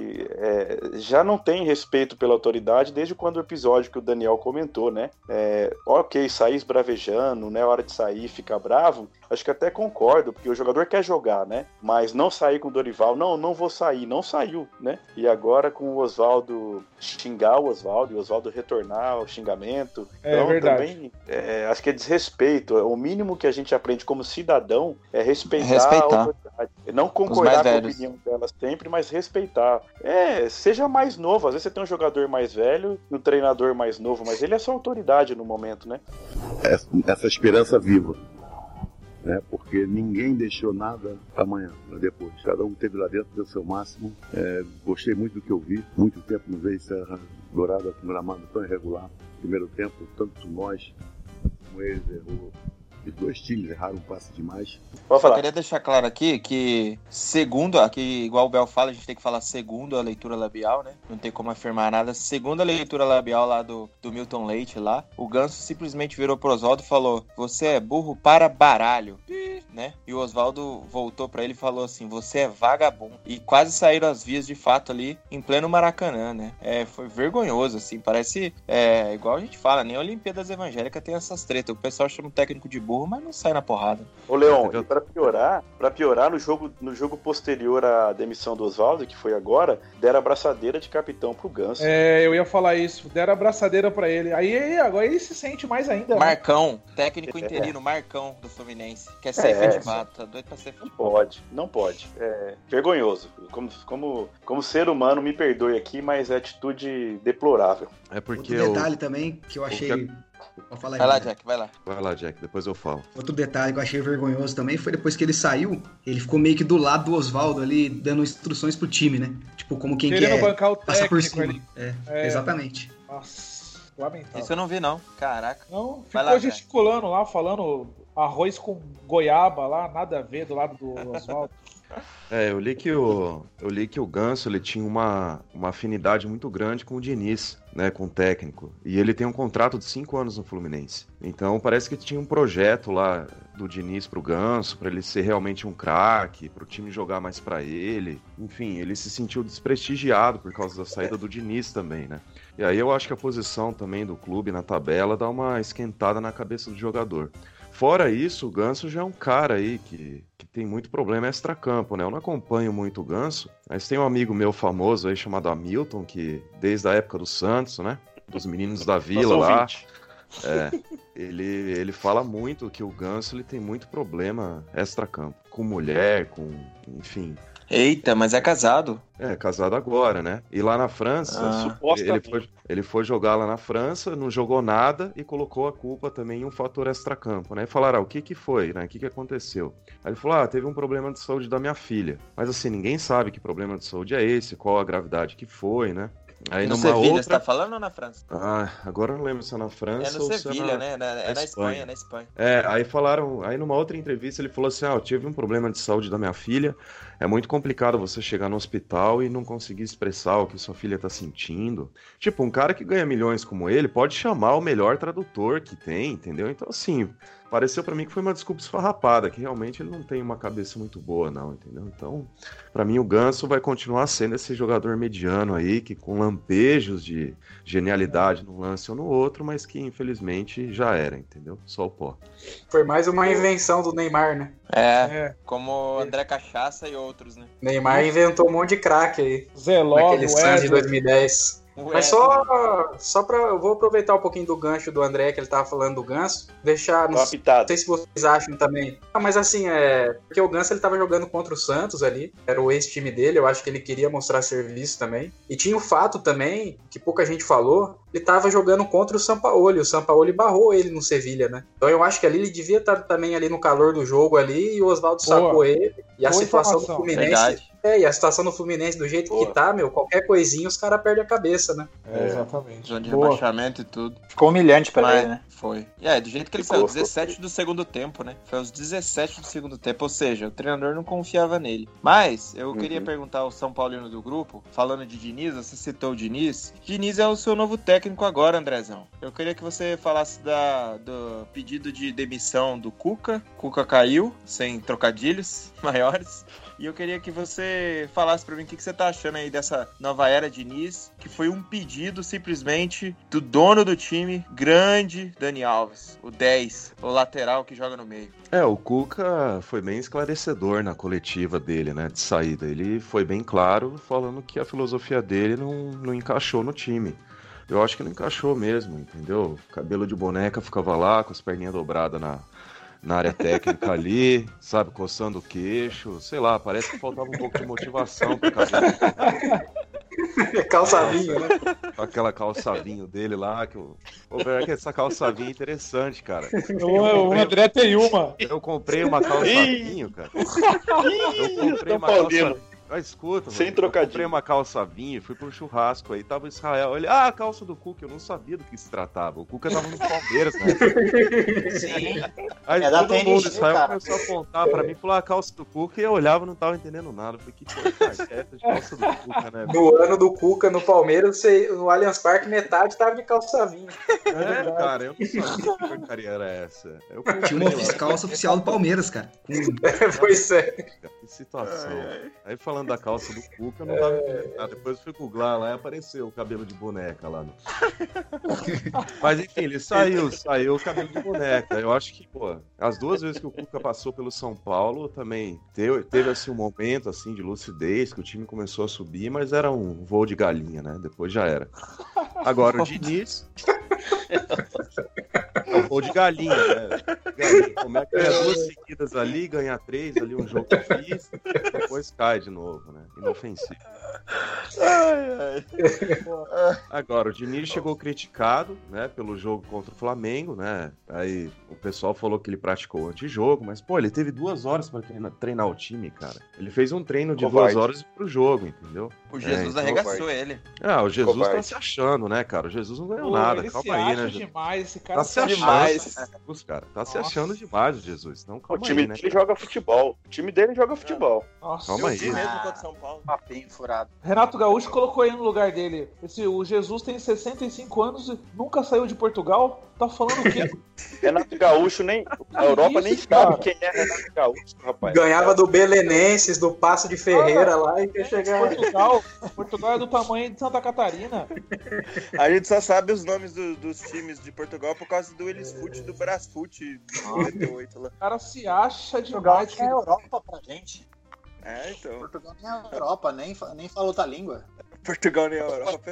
já não tem respeito pela autoridade desde quando o episódio que o Daniel comentou, né? Ok, sair esbravejando, né? Hora de sair, ficar bravo, acho que até concordo, porque o jogador quer jogar, né? Mas não sair com o Dorival, não vou sair, não saiu, né? E agora com o Oswaldo, xingar o Oswaldo, e o Oswaldo retornar ao xingamento. Então, verdade. Também, acho que é desrespeito. O mínimo que a gente aprende como cidadão é respeitar. A autoridade. Não concordar com a opinião dela sempre, mas respeitar. Seja mais novo. Às vezes você tem um jogador mais velho, um treinador mais novo, mas ele é sua autoridade no momento, né? Essa esperança viva. Né? Porque ninguém deixou nada para amanhã, para depois. Cada um teve lá dentro, deu o seu máximo. Gostei muito do que eu vi. Muito tempo não veio Serra Dourada com gramado tão irregular. Primeiro tempo, tanto nós como eles errou. Os dois times erraram um passe demais. Só queria deixar claro aqui que segundo, aqui igual o Bel fala, a gente tem que falar segundo a leitura labial, né? Não tem como afirmar nada. Segundo a leitura labial lá do Milton Leite lá, o Ganso simplesmente virou pro Oswaldo e falou: você é burro para baralho, né? E o Oswaldo voltou pra ele e falou assim: você é vagabundo. E quase saíram as vias de fato ali em pleno Maracanã, né? Foi vergonhoso, assim, parece igual a gente fala, nem a Olimpíadas Evangélicas tem essas tretas. O pessoal chama o técnico de burro, mas não sai na porrada. Ô Leon, e pra piorar, no jogo posterior à demissão do Oswaldo, que foi agora, deram a abraçadeira de capitão pro Ganso. Eu ia falar isso, deram a abraçadeira pra ele. Agora ele se sente mais ainda. Marcão, né? Técnico interino, Marcão do Fluminense. Quer ser efetivado, tá doido pra ser efetivado. Não pode. Vergonhoso. Como ser humano, me perdoe aqui, mas é atitude deplorável. É porque outro detalhe também que eu achei... Vai lá, Jack, vai lá. Vai lá, Jack, depois eu falo. Outro detalhe que eu achei vergonhoso também foi depois que ele saiu, ele ficou meio que do lado do Oswaldo ali, dando instruções pro time, né? Tipo, como quem quer bancar o passar por cima. Ali. Exatamente. Nossa, lamentável. Isso eu não vi, não. Caraca. Não, ficou gesticulando lá, falando arroz com goiaba lá, nada a ver do lado do Oswaldo. Eu li que o Ganso ele tinha uma afinidade muito grande com o Diniz, né, com o técnico. E ele tem um contrato de 5 anos no Fluminense. Então parece que tinha um projeto lá do Diniz pro Ganso, para ele ser realmente um craque, pro time jogar mais para ele. Enfim, ele se sentiu desprestigiado por causa da saída do Diniz também, né? E aí eu acho que a posição também do clube na tabela dá uma esquentada na cabeça do jogador. Fora isso, o Ganso já é um cara aí que tem muito problema extracampo, né? Eu não acompanho muito o Ganso, mas tem um amigo meu famoso aí chamado Hamilton, que desde a época do Santos, né? Dos meninos da Vila lá. Ele fala muito que o Ganso ele tem muito problema extracampo. Com mulher, enfim... Eita, mas é casado. Casado agora, né? E lá na França, ele foi jogar lá na França, não jogou nada e colocou a culpa também em um fator extracampo, né? E falaram, o que foi, né? O que aconteceu? Aí ele falou, teve um problema de saúde da minha filha. Mas assim, ninguém sabe que problema de saúde é esse, qual a gravidade que foi, né? Aí no Sevilha, você tá falando ou na França? Agora eu não lembro se é na França ou Sevilha, né? É na Espanha, na Espanha. Aí falaram, aí numa outra entrevista ele falou assim, eu tive um problema de saúde da minha filha, É muito complicado você chegar no hospital e não conseguir expressar o que sua filha tá sentindo. Tipo, um cara que ganha milhões como ele pode chamar o melhor tradutor que tem, entendeu? Então, assim, pareceu pra mim que foi uma desculpa esfarrapada, que realmente ele não tem uma cabeça muito boa, não, entendeu? Então, pra mim, o Ganso vai continuar sendo esse jogador mediano aí, que com lampejos de genialidade num lance ou no outro, mas que infelizmente já era, entendeu? Só o pó. Foi mais uma invenção do Neymar, né? Como André Cachaça e outros, né? Neymar inventou um monte de craque aí. Zé Logo, naquele Santos de 2010. Mas só pra. Eu vou aproveitar um pouquinho do gancho do André, que ele tava falando do Ganso. Deixar. Não sei se vocês acham também. Mas assim, porque o Ganso ele tava jogando contra o Santos ali. Era o ex-time dele. Eu acho que ele queria mostrar serviço também. E tinha o fato também, que pouca gente falou. Ele tava jogando contra o Sampaoli. O Sampaoli barrou ele no Sevilha, né? Então eu acho que ali ele devia estar também ali no calor do jogo ali. E o Oswaldo sacou ele. E a situação do Fluminense. E a situação do Fluminense, do jeito que tá, qualquer coisinha os caras perdem a cabeça, né? Exatamente. Zona de rebaixamento e tudo. Ficou humilhante pra ele, né? Foi. Do jeito que ele saiu, 17 do segundo tempo, né? Foi aos 17 do segundo tempo, ou seja, o treinador não confiava nele. Mas, eu queria perguntar ao São Paulino do grupo, falando de Diniz, você citou o Diniz. Diniz é o seu novo técnico agora, Andrezão. Eu queria que você falasse do pedido de demissão do Cuca. Cuca caiu, sem trocadilhos maiores. E eu queria que você falasse pra mim o que você tá achando aí dessa nova era de Diniz, que foi um pedido simplesmente do dono do time, grande Dani Alves, o 10, o lateral que joga no meio. O Cuca foi bem esclarecedor na coletiva dele, né, de saída. Ele foi bem claro falando que a filosofia dele não encaixou no time. Eu acho que não encaixou mesmo, entendeu? Cabelo de boneca ficava lá, com as perninhas dobradas na área técnica ali, sabe, coçando o queixo, sei lá, parece que faltava um pouco de motivação pro cabelo. Calçavinho, né? Aquela calçavinho dele lá, que essa calçavinha é interessante, cara. O André tem uma. Eu comprei uma calçavinho, cara. Eu comprei uma calçavinho. Escuta, sem trocadilho. Eu comprei uma calça vinho, fui pro churrasco aí, tava o Israel. Ele, a calça do Cuca, eu não sabia do que se tratava. O Cuca tava no Palmeiras, né? Sim. Aí todo mundo, Israel começou a apontar pra mim, falou a calça do Cuca, e eu olhava e não tava entendendo nada. Eu falei, que porcaria é essa de calça do Cuca, né? No ano do Cuca, no Palmeiras, no Allianz Parque, metade tava de calça vinho. Cara, eu não sabia que porcaria era essa. Tinha uma calça oficial do Palmeiras, cara. Pois é. Que situação. Aí falando da calça do Cuca, eu não tava entendendo nada. Depois eu fui googlar lá e apareceu o cabelo de boneca lá. Mas enfim, ele saiu o cabelo de boneca. Eu acho que, as duas vezes que o Cuca passou pelo São Paulo, também teve assim, um momento assim, de lucidez, que o time começou a subir, mas era um voo de galinha, né? Depois já era. Agora o Diniz... É um voo de galinha, né? Como é que ganha 2 seguidas ali, ganha 3 ali, um jogo difícil, depois cai de novo, né? Inofensivo. Agora, o Diniz chegou criticado, né, pelo jogo contra o Flamengo, né? Aí o pessoal falou que ele praticou antijogo, mas, ele teve 2 horas pra treinar o time, cara. Ele fez um treino de 2 horas pro jogo, entendeu? O Jesus arregaçou ele. O Jesus tá se achando, né, cara? O Jesus não ganhou nada, calma aí, né? Demais, esse cara tá se achando demais. Cara. Tá se achando demais o Jesus. Não, calma o time dele joga futebol. O time dele joga futebol. Nossa, calma aí. Mesmo contra São Paulo. Papinho furado. Renato Gaúcho colocou ele no lugar dele. O Jesus tem 65 anos e nunca saiu de Portugal. Tá falando o quê? Renato Gaúcho nem... A Europa nem sabe quem é Renato Gaúcho, rapaz. Ganhava do Belenenses, do Passo de Ferreira lá e quer chegar... Portugal é do tamanho de Santa Catarina. A gente só sabe os nomes dos times de Portugal por causa do Elisfute, do Brasfute, 98 lá. O cara se acha demais. Portugal é Europa pra gente. Então. Portugal nem é Europa, nem fala outra língua. Portugal nem é Europa, é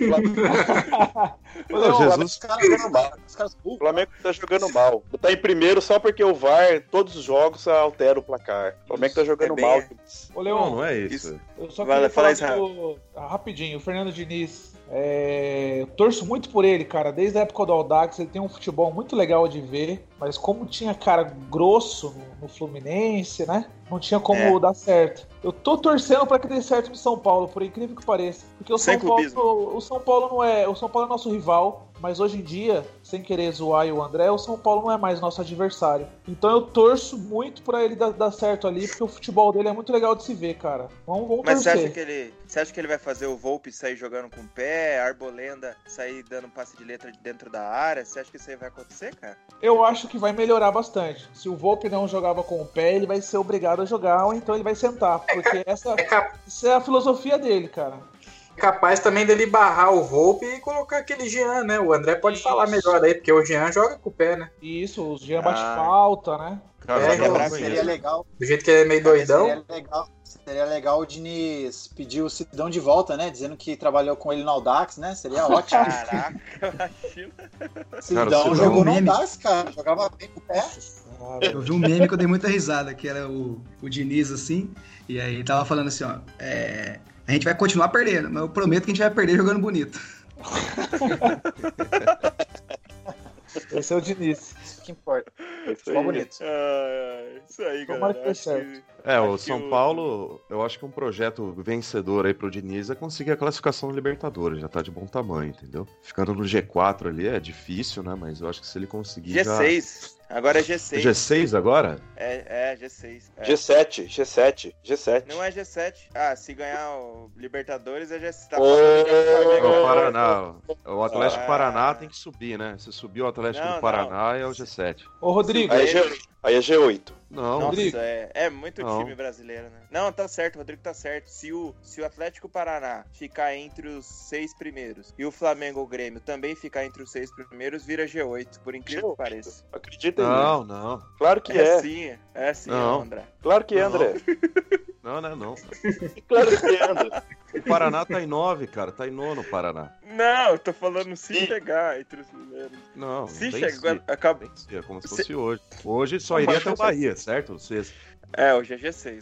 bom. Jesus... O Flamengo tá jogando mal. Tá em primeiro só porque o VAR, todos os jogos, altera o placar. O Flamengo tá jogando mal. Ô, Leon, não é isso. Eu só queria falar rapidinho, o Fernando Diniz. Eu torço muito por ele, cara. Desde a época do Audax, ele tem um futebol muito legal de ver. Mas como tinha cara grosso no Fluminense, né? Não tinha como dar certo. Eu tô torcendo pra que dê certo no São Paulo, por incrível que pareça. Porque o São Paulo não é. O São Paulo é nosso rival mas hoje em dia, sem querer zoar o André, o São Paulo não é mais nosso adversário. Então eu torço muito pra ele dar certo ali, porque o futebol dele é muito legal de se ver, cara. Vamos mas torcer. Você acha que ele vai fazer o Volpe sair jogando com o pé, a Arbolenda sair dando passe de letra dentro da área? Você acha que isso aí vai acontecer, cara? Eu acho que vai melhorar bastante. Se o Volpe não jogava com o pé, ele vai ser obrigado a jogar, ou então ele vai sentar. Porque essa é a filosofia dele, cara. É capaz também dele barrar o Volpe e colocar aquele Jean, né? O André pode falar melhor aí, porque o Jean joga com o pé, né? Isso, o Jean bate falta, né? Cara, seria legal. Do jeito que ele é meio doidão. Seria legal o Diniz pedir o Sidão de volta, né? Dizendo que trabalhou com ele no Audax, né? Seria ótimo. Caraca, imagina. Sidão jogou no Audax, cara. Jogava bem com o pé. Eu vi um meme que eu dei muita risada, que era o Diniz, assim, e aí tava falando assim, ó, a gente vai continuar perdendo, mas eu prometo que a gente vai perder jogando bonito. Esse é o Diniz. Isso que importa. Ficou bonito. Isso aí, galera. O São Paulo, eu acho que um projeto vencedor aí pro Diniz é conseguir a classificação no Libertadores, já tá de bom tamanho, entendeu? Ficando no G4 ali é difícil, né? Mas eu acho que se ele conseguir G6. Agora é G6. G6 agora? É G6. É. G7. Não é G7. Ah, se ganhar o Libertadores é G7. Tá o Paraná. O Atlético Paraná tem que subir, né? Se subir o Atlético do Paraná é o G7. Ô, Rodrigo. Aí é G8. Não, nossa, Rodrigo. É muito time brasileiro, né? Não, tá certo, o Rodrigo tá certo. Se o Atlético Paraná ficar entre os 6 primeiros e o Flamengo ou o Grêmio também ficar entre os 6 primeiros, vira G8, por incrível que pareça. Acredita em mim. Não. Claro que é. É sim, não. André. Claro que é, André. Não. Claro que é, André. O Paraná tá em 9, cara. Tá em 9 o Paraná. Não, eu tô falando se chegar entre os primeiros. Não, se chegar, acaba. É como se fosse hoje. Hoje só iria até o Bahia, certo? Vocês. Hoje é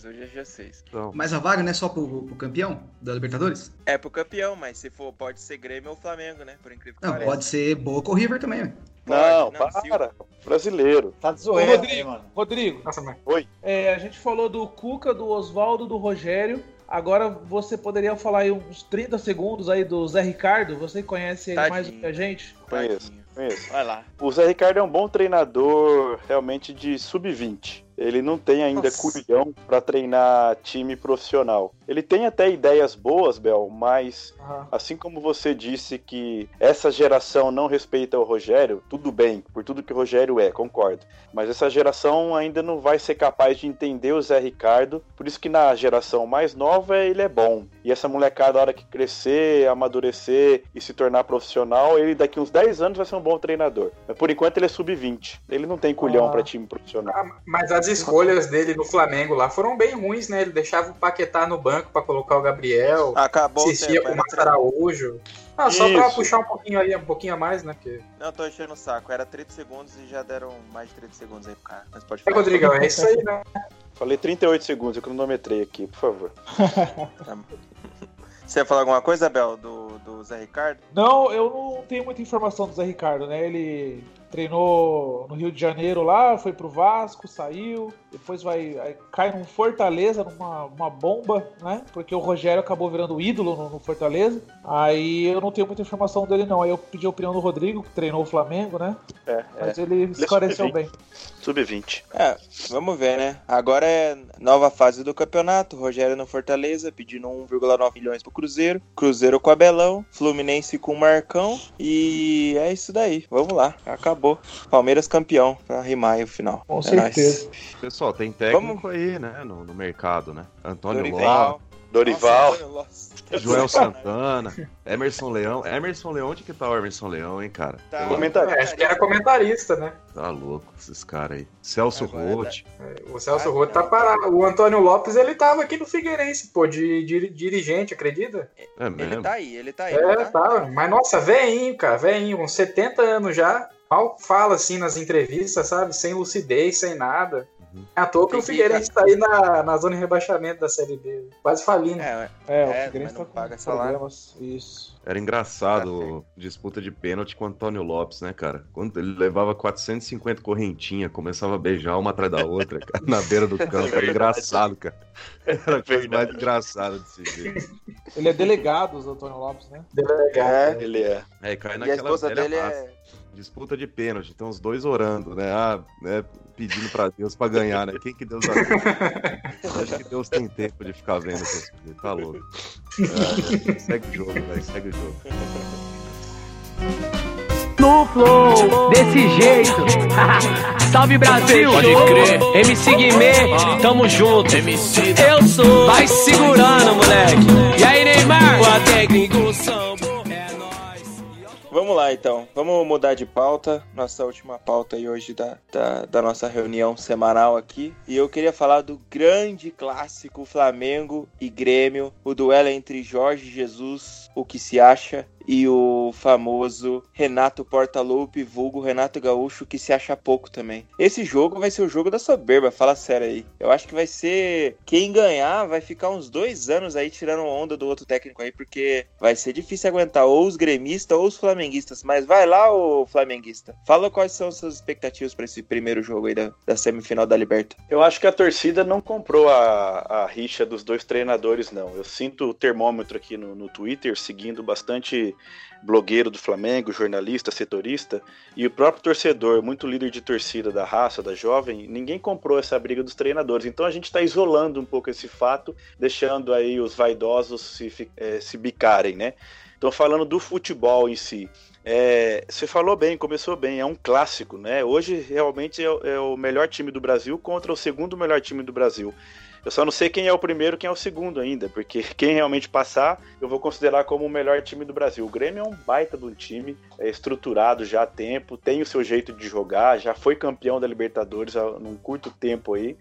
G6. Então. Mas a vaga não é só pro campeão da Libertadores? É pro campeão, mas se for, pode ser Grêmio ou Flamengo, né? Por incrível que pareça. Pode ser Boca ou River também, né? Não, para. Brasileiro. Tá de zoeira, mano. Rodrigo. Nossa, mãe. Oi. A gente falou do Cuca, do Oswaldo, do Rogério. Agora você poderia falar aí uns 30 segundos aí do Zé Ricardo? Você conhece ele mais do que a gente? Conheço. Vai lá. O Zé Ricardo é um bom treinador realmente de sub-20. Ele não tem ainda culhão para treinar time profissional. Ele tem até ideias boas, Bel, mas assim como você disse que essa geração não respeita o Rogério, tudo bem, por tudo que o Rogério concordo. Mas essa geração ainda não vai ser capaz de entender o Zé Ricardo, por isso que na geração mais nova ele é bom. E essa molecada, a hora que crescer, amadurecer e se tornar profissional, ele daqui uns 10 anos vai ser um bom treinador. Mas por enquanto ele é sub-20. Ele não tem culhão para time profissional. Mas as escolhas dele no Flamengo lá foram bem ruins, né? Ele deixava o Paquetá no banco para colocar o Gabriel. Acabou insistia com o Márcio Araújo. Só pra puxar um pouquinho ali, um pouquinho a mais, né? Porque... Não, tô enchendo o saco. Era 30 segundos e já deram mais de 30 segundos aí pro cara. Mas pode falar. Rodrigão, é isso aí, né? Falei 38 segundos, eu cronometrei aqui, por favor. Você ia falar alguma coisa, Bel, do Zé Ricardo? Não, eu não tenho muita informação do Zé Ricardo, né? Ele treinou no Rio de Janeiro lá, foi pro Vasco, saiu, depois cai num Fortaleza, numa bomba, né? Porque o Rogério acabou virando ídolo no Fortaleza. Aí eu não tenho muita informação dele, não. Aí eu pedi a opinião do Rodrigo, que treinou o Flamengo, né? Mas ele esclareceu bem. Sub-20. Vamos ver, né? Agora é nova fase do campeonato. Rogério no Fortaleza, pedindo 1,9 milhões pro Cruzeiro. Cruzeiro com o Abelão. Fluminense com o Marcão. E é isso daí. Vamos lá. Acabou. Palmeiras campeão, pra rimar aí o final. Com certeza. Nice. Pessoal, tem técnico aí, né? No mercado, né? Antônio Dorival. Joel Santana, Emerson Leão. Onde que tá o Emerson Leão, hein, cara? Comentarista. Acho que era comentarista, né? Tá louco esses caras aí. Celso Roth. O Celso Roth tá parado. O Antônio Lopes, ele tava aqui no Figueirense, pô, de dirigente, acredita? É mesmo? Ele tá aí. Tá. Mas, nossa, velhinho, cara, com 70 anos já. Mal fala, assim, nas entrevistas, sabe? Sem lucidez, sem nada. É à toa que o Figueirense está aí na zona de rebaixamento da Série B. Quase falindo. O Figueirense não paga problemas. Isso. Era engraçado disputa de pênalti com o Antônio Lopes, né, cara? Quando ele levava 450 correntinhas, começava a beijar uma atrás da outra, cara, na beira do campo. Era engraçado, cara. Era a coisa mais engraçada desse jeito. Ele é delegado, o Antônio Lopes, né? Delegado. Ele é. Cai naquela velha massa. Disputa de pênalti, então os dois orando, né? Pedindo pra Deus pra ganhar, né? Quem que Deus ajuda? Acho que Deus tem tempo de ficar vendo essas coisas, tá louco. Segue o jogo, velho, segue o jogo. No flow, desse jeito. Salve Brasil, pode crer. MC Guimê, tamo junto. MC eu sou, vai segurando, moleque. E aí, Neymar? O técnico sambo. Vamos lá, então. Vamos mudar de pauta. Nossa última pauta aí hoje da nossa reunião semanal aqui. E eu queria falar do grande clássico Flamengo e Grêmio. O duelo entre Jorge Jesus, o que se acha, e o famoso Renato Portaluppi, vulgo Renato Gaúcho, que se acha pouco também. Esse jogo vai ser o jogo da soberba, fala sério aí. Eu acho que vai ser... Quem ganhar vai ficar uns 2 anos aí tirando onda do outro técnico aí, porque vai ser difícil aguentar ou os gremistas ou os flamenguistas. Mas vai lá, ô flamenguista. Fala quais são as suas expectativas para esse primeiro jogo aí da semifinal da Liberta. Eu acho que a torcida não comprou a rixa dos dois treinadores, não. Eu sinto o termômetro aqui no Twitter, seguindo bastante blogueiro do Flamengo, jornalista, setorista, e o próprio torcedor, muito líder de torcida da raça, da jovem, ninguém comprou essa briga dos treinadores. Então a gente está isolando um pouco esse fato, deixando aí os vaidosos se bicarem, né? Então, falando do futebol em si, você falou bem, começou bem, é um clássico, né? Hoje realmente é o melhor time do Brasil contra o segundo melhor time do Brasil. Eu só não sei quem é o primeiro e quem é o segundo ainda, porque quem realmente passar, eu vou considerar como o melhor time do Brasil. O Grêmio é um baita de um time, é estruturado já há tempo, tem o seu jeito de jogar, já foi campeão da Libertadores num curto tempo aí,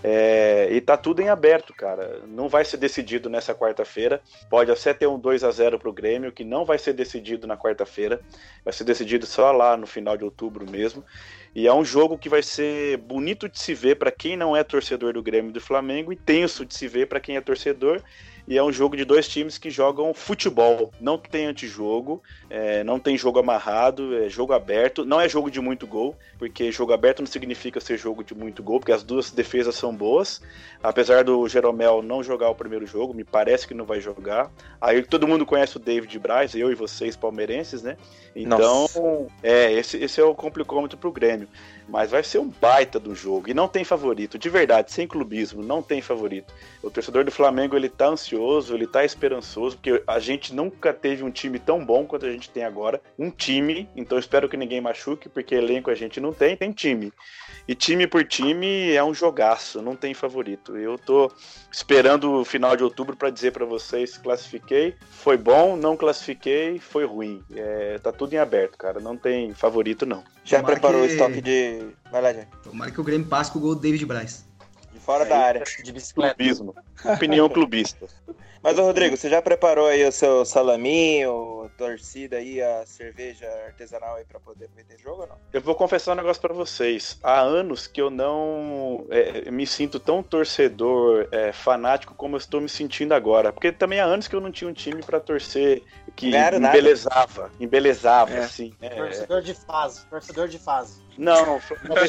e tá tudo em aberto, cara. Não vai ser decidido nessa quarta-feira, pode até ter um 2-0 pro Grêmio, que não vai ser decidido na quarta-feira, vai ser decidido só lá no final de outubro mesmo. E é um jogo que vai ser bonito de se ver para quem não é torcedor do Grêmio e do Flamengo e tenso de se ver para quem é torcedor. E é um jogo de dois times que jogam futebol. Não tem antijogo, não tem jogo amarrado, é jogo aberto. Não é jogo de muito gol, porque jogo aberto não significa ser jogo de muito gol, porque as duas defesas são boas. Apesar do Jeromel não jogar o primeiro jogo, me parece que não vai jogar. Aí todo mundo conhece o David Braz, eu e vocês palmeirenses, né? Então, esse é o complicômetro pro Grêmio. Mas vai ser um baita do jogo. E não tem favorito, de verdade, sem clubismo, não tem favorito. O torcedor do Flamengo, ele tá ansioso, ele tá esperançoso, porque a gente nunca teve um time tão bom quanto a gente tem agora. Um time, então espero que ninguém machuque, porque elenco a gente não tem time. E time por time é um jogaço, não tem favorito. Eu tô esperando o final de outubro para dizer para vocês, classifiquei, foi bom, não classifiquei, foi ruim. Tá tudo em aberto, cara, não tem favorito não. Já preparou o estoque de... Vai lá, Jack. Tomara que o Grêmio passe com o gol do David Braz. De fora da área, de bicicleta. Clubismo. Opinião clubista. Mas, ô Rodrigo, você já preparou aí o seu salaminho, torcida aí, a cerveja artesanal aí pra poder ver esse jogo ou não? Eu vou confessar um negócio pra vocês. Há anos que eu não me sinto tão torcedor, fanático como eu estou me sentindo agora. Porque também há anos que eu não tinha um time pra torcer que embelezava, assim. Torcedor de fase. Não.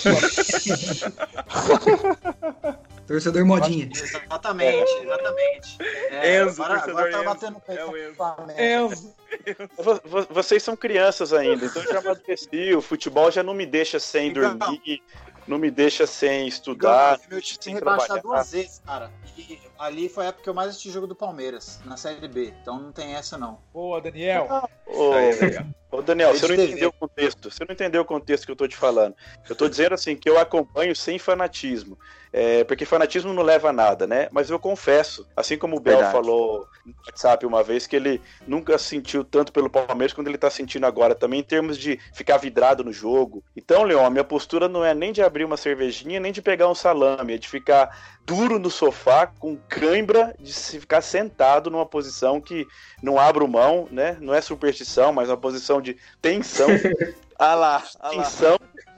Torcedor modinha. Exatamente. Enzo, agora tá batendo Enzo. Vocês são crianças ainda, então eu já amadureci. O futebol já não me deixa sem dormir, não me deixa sem estudar. Meu time rebaixado 2 vezes, cara. E ali foi a época que eu mais assisti jogo do Palmeiras, na Série B. Então não tem essa, não. Boa, Daniel. Ô Daniel, você não entendeu o contexto. Você não entendeu o contexto que eu tô te falando. Eu tô dizendo assim que eu acompanho sem fanatismo. Porque fanatismo não leva a nada, né? Mas eu confesso, assim como o Bel falou no WhatsApp uma vez, que ele nunca sentiu tanto pelo Palmeiras quanto ele tá sentindo agora, também em termos de ficar vidrado no jogo. Então, Leon, a minha postura não é nem de abrir uma cervejinha, nem de pegar um salame, é de ficar duro no sofá, com cãibra, de se ficar sentado numa posição que não abro mão, né? Não é superstição, mas uma posição de tensão. Tensão.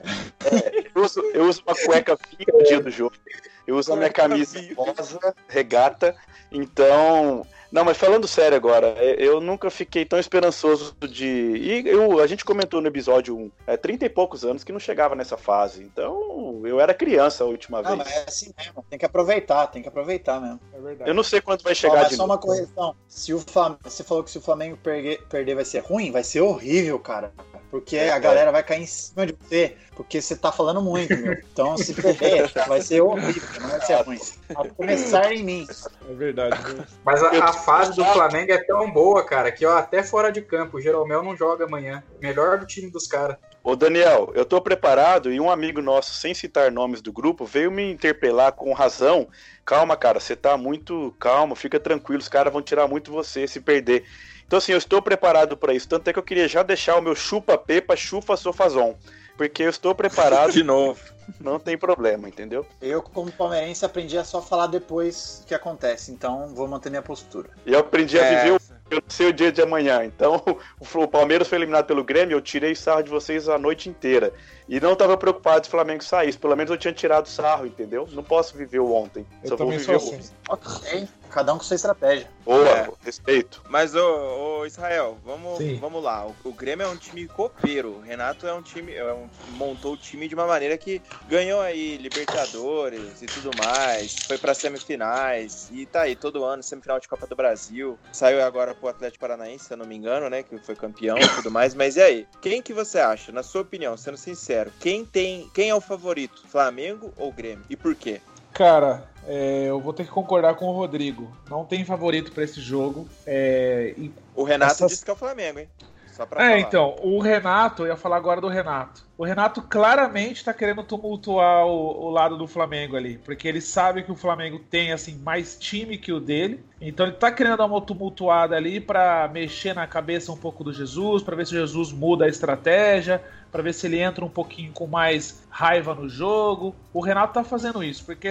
Eu uso uma cueca fina no dia do jogo. Eu uso a minha camisa rosa, regata. Então... Não, mas falando sério agora, eu nunca fiquei tão esperançoso de... a gente comentou no episódio 30 e poucos anos que não chegava nessa fase. Então, eu era criança a última vez. Mas é assim mesmo. Tem que aproveitar mesmo. É verdade. Eu não sei quando vai chegar de novo. Só uma correção. Você falou que se o Flamengo perder vai ser ruim, vai ser horrível, cara. Porque a galera vai cair em cima de você, porque você tá falando muito, meu. Então, se perder, vai ser horrível, não vai ser ruim. A começar em mim. É verdade. Mas a fase do Flamengo é tão boa, cara, que até fora de campo, o Jeromel não joga amanhã. Melhor do time dos caras. Ô Daniel, eu tô preparado e um amigo nosso, sem citar nomes do grupo, veio me interpelar com razão. Calma, cara, você tá muito calmo, fica tranquilo, os caras vão tirar muito você se perder. Então, assim, eu estou preparado para isso. Tanto é que eu queria já deixar o meu chupa-pepa, chufa-sofazon. Porque eu estou preparado. De novo. Não tem problema, entendeu? Eu, como palmeirense, aprendi a só falar depois que acontece. Então, vou manter minha postura. E eu aprendi a viver eu não sei o dia de amanhã. Então, o Palmeiras foi eliminado pelo Grêmio, eu tirei sarro de vocês a noite inteira. E não estava preocupado se o Flamengo saísse. Pelo menos eu tinha tirado sarro, entendeu? Não posso viver o ontem. Só vou viver o ontem. Ok, cada um com sua estratégia. Boa, respeito. Mas, ô Israel, vamos lá. O Grêmio é um time copeiro. O Renato montou o time de uma maneira que ganhou aí Libertadores e tudo mais. Foi para semifinais. E tá aí todo ano, semifinal de Copa do Brasil. Saiu agora pro Atlético Paranaense, se eu não me engano, né? Que foi campeão e tudo mais. Mas e aí? Quem que você acha, na sua opinião, sendo sincero, quem é o favorito? Flamengo ou Grêmio? E por quê? Cara, eu vou ter que concordar com o Rodrigo. Não tem favorito pra esse jogo. O Renato disse que é o Flamengo, hein? Só pra falar. Então, o Renato, eu ia falar agora do Renato. O Renato claramente tá querendo tumultuar o lado do Flamengo ali, porque ele sabe que o Flamengo tem, assim, mais time que o dele. Então ele tá querendo dar uma tumultuada ali pra mexer na cabeça um pouco do Jesus, pra ver se o Jesus muda a estratégia, pra ver se ele entra um pouquinho com mais raiva no jogo. O Renato tá fazendo isso, porque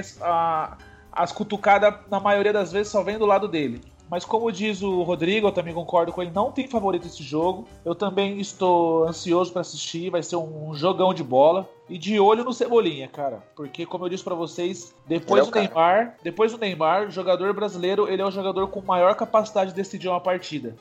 as cutucadas, na maioria das vezes, só vem do lado dele. Mas como diz o Rodrigo, eu também concordo com ele, não tem favorito esse jogo. Eu também estou ansioso para assistir, vai ser um jogão de bola. E de olho no Cebolinha, cara. Porque, como eu disse para vocês, depois do Neymar, o jogador brasileiro, ele é o jogador com maior capacidade de decidir uma partida.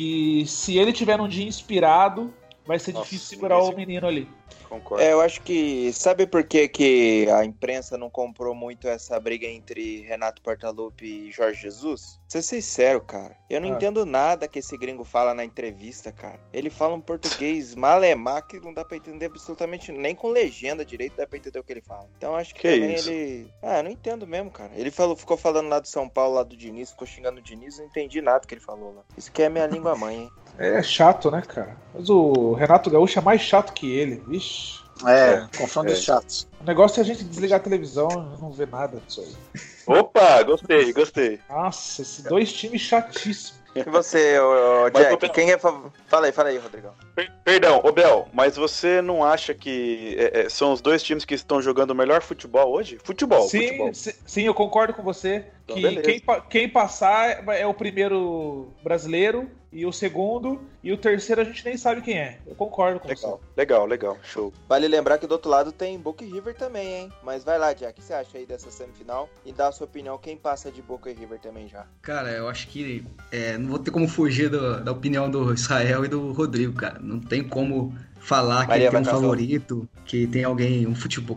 E se ele tiver um dia inspirado, vai ser difícil segurar o menino ali. Concordo. Eu acho que... Sabe por que a imprensa não comprou muito essa briga entre Renato Portaluppi e Jorge Jesus? Pra ser sincero, cara, eu não entendo nada que esse gringo fala na entrevista, cara. Ele fala um português malemar que não dá pra entender absolutamente, nem com legenda direito dá pra entender o que ele fala. Então acho que também isso? Ele... eu não entendo mesmo, cara. Ele ficou falando lá do São Paulo, lá do Diniz, ficou xingando o Diniz, não entendi nada que ele falou lá. Isso que é minha língua mãe, hein? É chato, né, cara? Mas o Renato Gaúcho é mais chato que ele, vixe. Confrontos chatos. O negócio é a gente desligar a televisão e não ver nada disso aí. Opa, gostei. Nossa, esses dois times chatíssimos. E você, Jack, quem é... Fala aí, Rodrigão. Perdão, Bel, mas você não acha que são os dois times que estão jogando o melhor futebol hoje? Futebol. Sim, eu concordo com você. Então, que quem passar é o primeiro brasileiro, e o segundo, e o terceiro a gente nem sabe quem é. Eu concordo com você. Legal, show. Vale lembrar que do outro lado tem Boca e River também, hein? Mas vai lá, Jack, o que você acha aí dessa semifinal? E dá a sua opinião, quem passa de Boca e River também já? Cara, eu acho que não vou ter como fugir da opinião do Israel e do Rodrigo, cara. Não tem como falar que tem um favorito, que tem alguém, um futebol,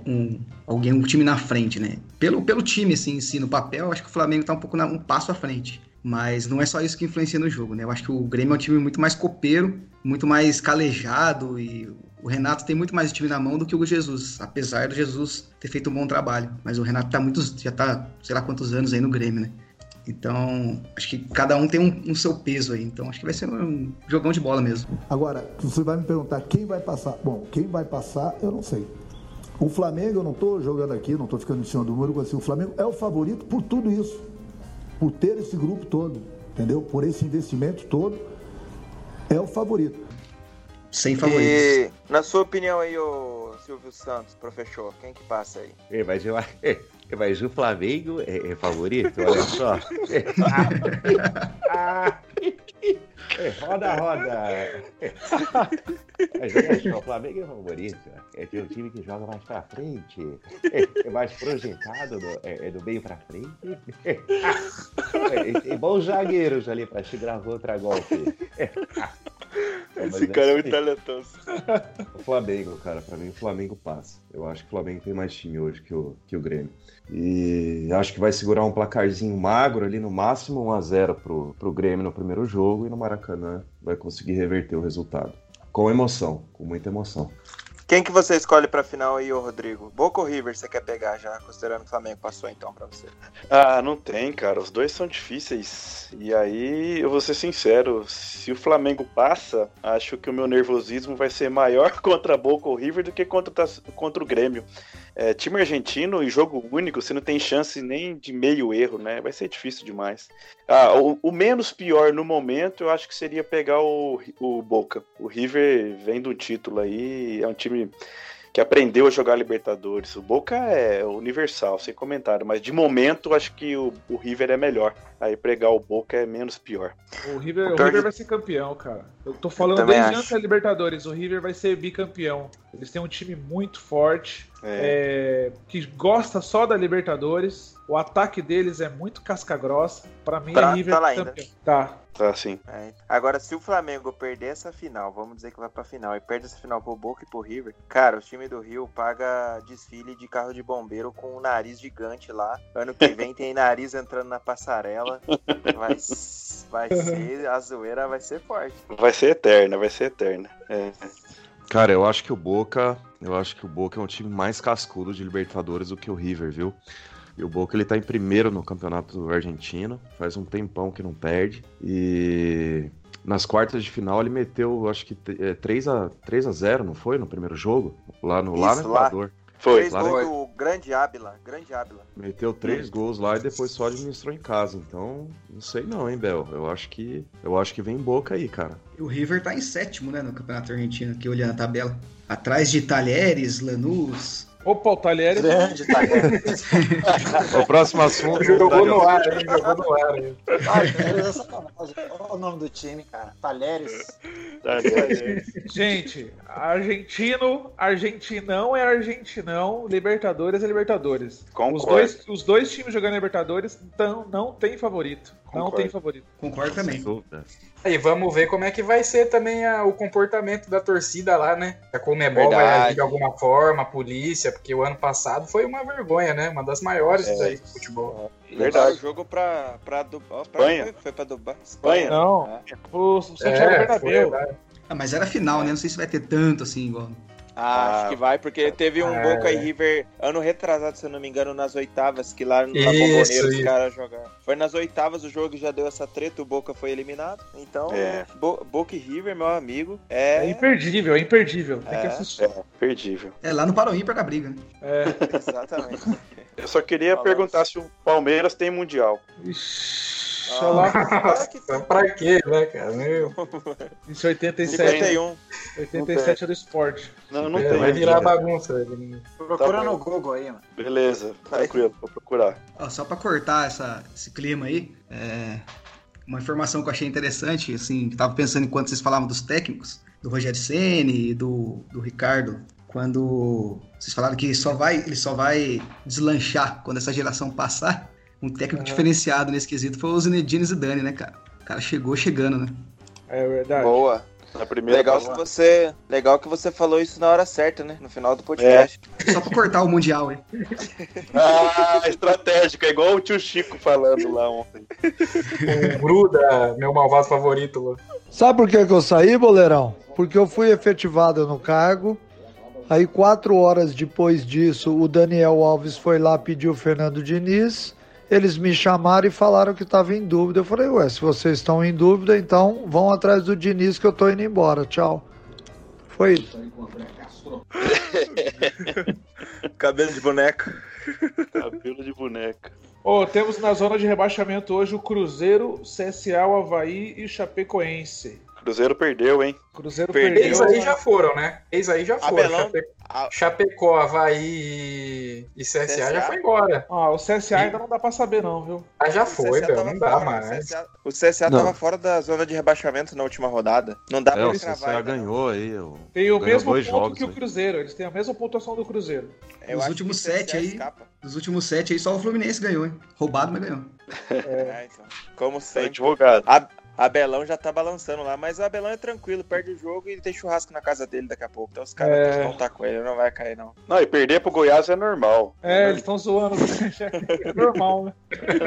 um time na frente, né? Pelo time, assim, em si, no papel, eu acho que o Flamengo tá um passo à frente. Mas não é só isso que influencia no jogo, né? Eu acho que o Grêmio é um time muito mais copeiro, muito mais calejado, e o Renato tem muito mais time na mão do que o Jesus, apesar do Jesus ter feito um bom trabalho. Mas o Renato já tá sei lá quantos anos aí no Grêmio, né? Então, acho que cada um tem um seu peso aí. Então, acho que vai ser um jogão de bola mesmo. Agora, você vai me perguntar quem vai passar. Bom, quem vai passar, eu não sei. O Flamengo, eu não tô jogando aqui, não tô ficando em cima do muro, assim, o Flamengo é o favorito por tudo isso. Por ter esse grupo todo, entendeu? Por esse investimento todo, é o favorito. Sem favoritos. E, na sua opinião aí, ô Silvio Santos, professor, quem que passa aí? Mas Mas o Flamengo é favorito, olha só. Roda. Mas o Flamengo é favorito. Tem um time que joga mais pra frente. É mais projetado do meio pra frente. Tem bons zagueiros ali pra te gravar outra golpe. Esse cara é muito talentoso. O Flamengo, cara, pra mim o Flamengo passa. Eu acho que o Flamengo tem mais time hoje que o Grêmio. E acho que vai segurar um placarzinho magro ali, no máximo 1-0 pro Grêmio no primeiro jogo, e no Maracanã vai conseguir reverter o resultado. Com emoção, com muita emoção. Quem que você escolhe pra final aí, ô Rodrigo? Boca ou River você quer pegar já, considerando que o Flamengo passou então pra você? Ah, não tem, cara. Os dois são difíceis. E aí, eu vou ser sincero, se o Flamengo passa, acho que o meu nervosismo vai ser maior contra Boca ou River do que contra o Grêmio. Time argentino e jogo único, você não tem chance nem de meio erro, né? Vai ser difícil demais. O menos pior no momento, eu acho que seria pegar o Boca. O River vem do título aí, é um time que aprendeu a jogar Libertadores. O Boca é universal, sem comentário, mas de momento acho que o River é melhor. Aí pregar o Boca é menos pior. O River vai ser campeão, cara. Eu tô falando desde antes da Libertadores, o River vai ser bicampeão. Eles têm um time muito forte, que gosta só da Libertadores. O ataque deles é muito casca-grossa. Pra mim, é River campeão. Ainda. Tá, sim. Agora, se o Flamengo perder essa final, vamos dizer que vai pra final, e perde essa final pro Boca e pro River, cara, o time do Rio paga desfile de carro de bombeiro com um nariz gigante lá. Ano que vem tem nariz entrando na passarela. Vai ser, a zoeira vai ser forte. Vai ser eterna. Cara, eu acho que o Boca é um time mais cascudo de Libertadores do que o River, viu? E o Boca, ele tá em primeiro no campeonato argentino, faz um tempão que não perde, e nas quartas de final ele meteu, acho que 3-0, não foi? No primeiro jogo? Lá no Equador. Foi. 3 gols do Grande Ábila. Meteu 3 gols lá e depois só administrou em casa, então não sei não, hein, Bel? Eu acho que vem Boca aí, cara. E o River tá em sétimo, né, no campeonato argentino, aqui olhando a tabela. Atrás de Talheres, Lanús... Opa, o Talheres. Grande Talheres. O próximo assunto. Jogou no ar. Olha o nome do time, cara. Talheres. Gente, argentinão é argentinão, Libertadores é Libertadores. Os dois times jogando Libertadores não tem favorito. Não tem favorito. Concordo também. Aí vamos ver como é que vai ser também o comportamento da torcida lá, né? A Conmebol vai agir de alguma forma, a polícia, porque o ano passado foi uma vergonha, né? Uma das maiores daí do futebol. Verdade. O jogo pra Espanha. Foi pra Dubai. Espanha. Não, o Santiago Bernabéu. Mas era final, né? Não sei se vai ter tanto assim, igual. Acho que vai, porque teve um Boca e River ano retrasado, se eu não me engano, nas oitavas, que lá no Bomboneiro os caras jogaram. Foi nas oitavas o jogo, já deu essa treta, o Boca foi eliminado. Então, Boca e River, meu amigo, é imperdível. Tem que assistir. É imperdível. Lá no Paroímpa da briga, né? Exatamente. Eu só queria perguntar se o Palmeiras tem Mundial. Pra quê, né, cara? Isso é 87. 87 é do esporte. Não tem. Vai virar bagunça. Procura no Google aí, mano. Beleza, tranquilo, vou procurar. Só pra cortar esse clima aí, uma informação que eu achei interessante, assim, que tava pensando enquanto vocês falavam dos técnicos, do Rogério Ceni e do Ricardo, quando vocês falaram que ele só vai deslanchar quando essa geração passar. Um técnico diferenciado nesse quesito foi o Zinedine Zidane, né, cara? O cara chegando, né? É verdade. Boa. Na primeira legal que você falou isso na hora certa, né? No final do podcast. Só pra cortar o Mundial, hein? Estratégico. É igual o tio Chico falando lá ontem. O Gruda, meu malvado favorito lá. Sabe por que eu saí, Boleirão? Porque eu fui efetivado no cargo. Aí 4 horas depois disso, o Daniel Alves foi lá pedir o Fernando Diniz. Eles me chamaram e falaram que estava em dúvida. Eu falei, se vocês estão em dúvida, então vão atrás do Diniz que eu tô indo embora. Tchau. Foi isso. Cabelo de boneca. Cabelo de boneca. Temos na zona de rebaixamento hoje o Cruzeiro, CSA, o Avaí e o Chapecoense. Cruzeiro perdeu, hein? Cruzeiro perdeu. Eles aí já foram, né? Eles aí já foram. Abelão... Chapecó, Avaí e CSA já foi embora. O CSA ainda não dá pra saber não, viu? Já foi, Bel, não dá mais. O CSA tava fora da zona de rebaixamento na última rodada. Não dá pra cravar. O CSA ganhou aí. Tem o mesmo ponto que o Cruzeiro. Eles têm a mesma pontuação do Cruzeiro. Os últimos 7 aí. Dos últimos 7 aí, só o Fluminense ganhou, hein? Roubado, mas ganhou. Então. Como sempre. Advogado. Abelão já tá balançando lá, mas o Abelão é tranquilo, perde o jogo e tem churrasco na casa dele daqui a pouco. Então os caras vão estar com ele, não vai cair, não. Não, e perder pro Goiás é normal. Eles estão zoando. É normal, né?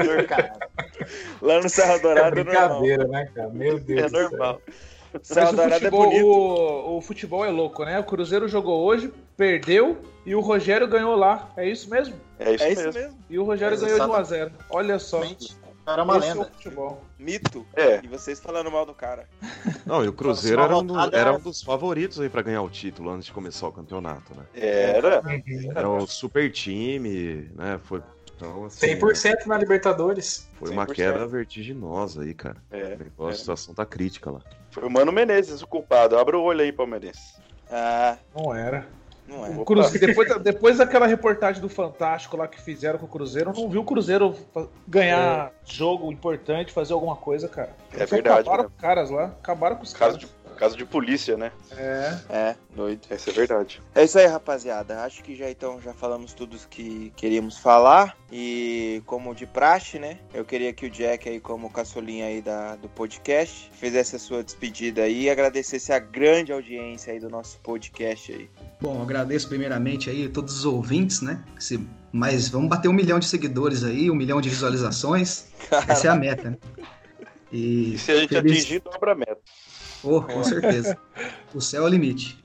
Lá no Serra Dourada é normal. Brincadeira, né, cara? Meu Deus. É normal. Serra Dourada é bonito. O futebol é louco, né? O Cruzeiro jogou hoje, perdeu e o Rogério ganhou lá. É isso mesmo? É isso mesmo. E o Rogério ganhou de 1-0. Olha só. Era uma lenda. Mito. E vocês falando mal do cara. Não, e o Cruzeiro era um dos favoritos aí pra ganhar o título antes de começar o campeonato, né? Era um super time, né? Foi então, assim, 100% na Libertadores. Foi uma queda vertiginosa aí, cara. A situação tá crítica lá. Foi o Mano Menezes o culpado. Abra o olho aí, palmeirense. Não era. O Cruzeiro, depois daquela reportagem do Fantástico lá que fizeram com o Cruzeiro, eu não vi o Cruzeiro ganhar jogo importante, fazer alguma coisa, cara. É verdade. Acabaram com os caras lá, acabaram com os caras. Caso de polícia, né? Doido. Isso é verdade. É isso aí, rapaziada. Acho que já falamos tudo que queríamos falar. E como de praxe, né? Eu queria que o Jack aí, como caçulinha aí do podcast, fizesse a sua despedida aí e agradecesse a grande audiência aí do nosso podcast aí. Bom, agradeço primeiramente aí a todos os ouvintes, né? Mas vamos bater 1 milhão de seguidores aí, 1 milhão de visualizações. Caramba. Essa é a meta, né? E se a gente atingir, dobra a meta. Com certeza. O céu é o limite.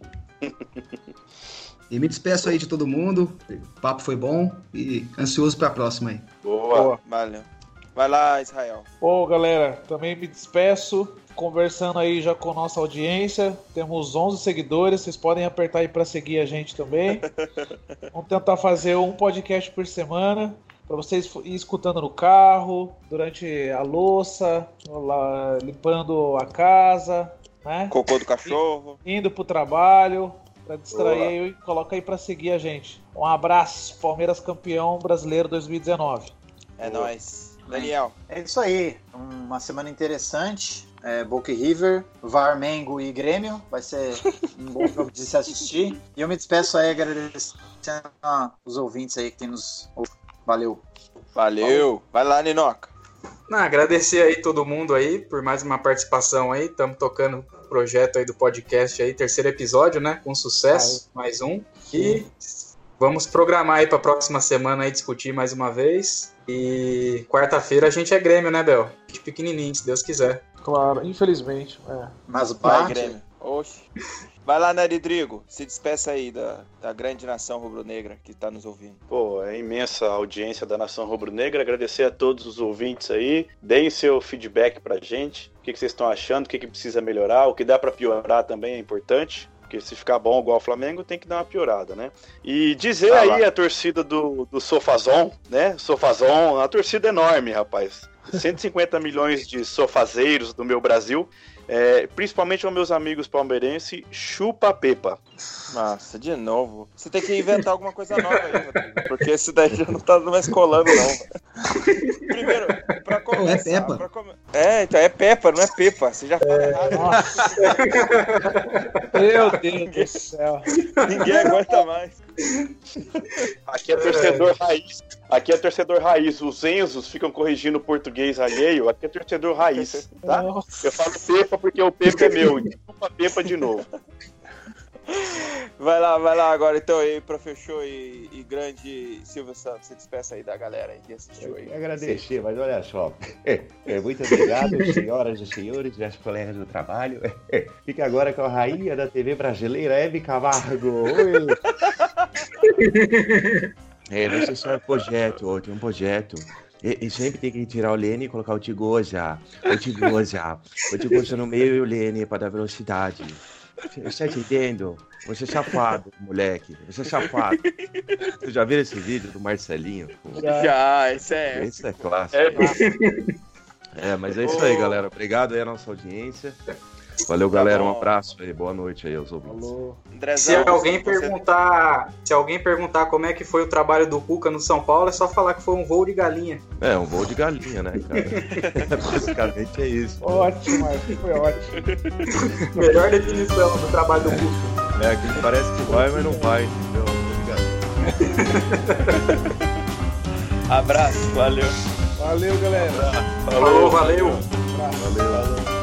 E me despeço aí de todo mundo. O papo foi bom e ansioso pra próxima aí. Boa. Valeu. Vai lá, Israel. Galera, também me despeço. Conversando aí já com a nossa audiência. Temos 11 seguidores. Vocês podem apertar aí pra seguir a gente também. Vamos tentar fazer um podcast por semana. Pra vocês ir escutando no carro, durante a louça, lá, limpando a casa, né? Cocô do cachorro. Indo pro trabalho, pra distrair e coloca aí pra seguir a gente. Um abraço, Palmeiras campeão brasileiro 2019. É nóis. Daniel. É isso aí, uma semana interessante. Boca e River, VAR, Mengo e Grêmio. Vai ser um bom jogo de se assistir. E eu me despeço aí agradecendo os ouvintes aí que tem nos ouvido. Valeu. Vai lá, Ninoca. Agradecer aí todo mundo aí por mais uma participação aí. Estamos tocando o projeto aí do podcast aí, 3º episódio, né? Com sucesso, mais um. E vamos programar aí para a próxima semana aí discutir mais uma vez. E quarta-feira a gente é Grêmio, né, Bel? Pequenininho, se Deus quiser. Claro, infelizmente. Mas vai, Grêmio. Oxe. Vai lá, né, Rodrigo? Se despeça aí da grande nação rubro-negra que tá nos ouvindo. É imensa a audiência da nação rubro-negra. Agradecer a todos os ouvintes aí. Deem seu feedback pra gente. O que vocês estão achando? O que precisa melhorar? O que dá pra piorar também é importante. Porque se ficar bom igual o Flamengo, tem que dar uma piorada, né? E dizer aí a torcida do Sofazon, né? Sofazon, a torcida enorme, rapaz. 150 milhões de sofazeiros do meu Brasil. Principalmente aos meus amigos palmeirenses, chupa Pepa. Nossa, de novo. Você tem que inventar alguma coisa nova aí, Rodrigo, porque esse daí já não tá mais colando, não. Primeiro, pra começar... É Pepa. Então é Pepa, não é Pepa. Você já fala errado. Meu Deus do céu. Ninguém aguenta mais. Aqui é torcedor raiz. Aqui é torcedor raiz. Os Enzos ficam corrigindo o português alheio. Aqui é torcedor raiz, tá? Eu falo Pepa porque o Pepa é meu. Desculpa Pepa de novo. Vai lá agora então aí, professor e grande Silvio Santos, se despeça aí da galera aí que assistiu aí. Agradecer, mas olha só, muito obrigado, senhoras e senhores, meus colegas do trabalho. Fica agora com a rainha da TV brasileira, Hebe Camargo. Oi! Você só é projeto, tem um projeto. E sempre tem que tirar o Lene e colocar o Tigoja. O Tigoja no meio e o Lene para dar velocidade. Você tá entendendo? Você é safado, moleque. Você é safado. Você já viu esse vídeo do Marcelinho? Já, esse é clássico. Mas é isso aí, galera. Obrigado aí à nossa audiência. Valeu, galera. Um abraço aí. Boa noite aí aos ouvintes. Falou. Se alguém perguntar como é que foi o trabalho do Cuca no São Paulo, é só falar que foi um voo de galinha. É, um voo de galinha, né, cara? Basicamente é isso. Ótimo, Marcos. Foi ótimo. Melhor definição do trabalho do Cuca. É, aquele parece que vai, mas não vai, entendeu? Abraço, valeu. Valeu, galera. Falou, valeu. Valeu.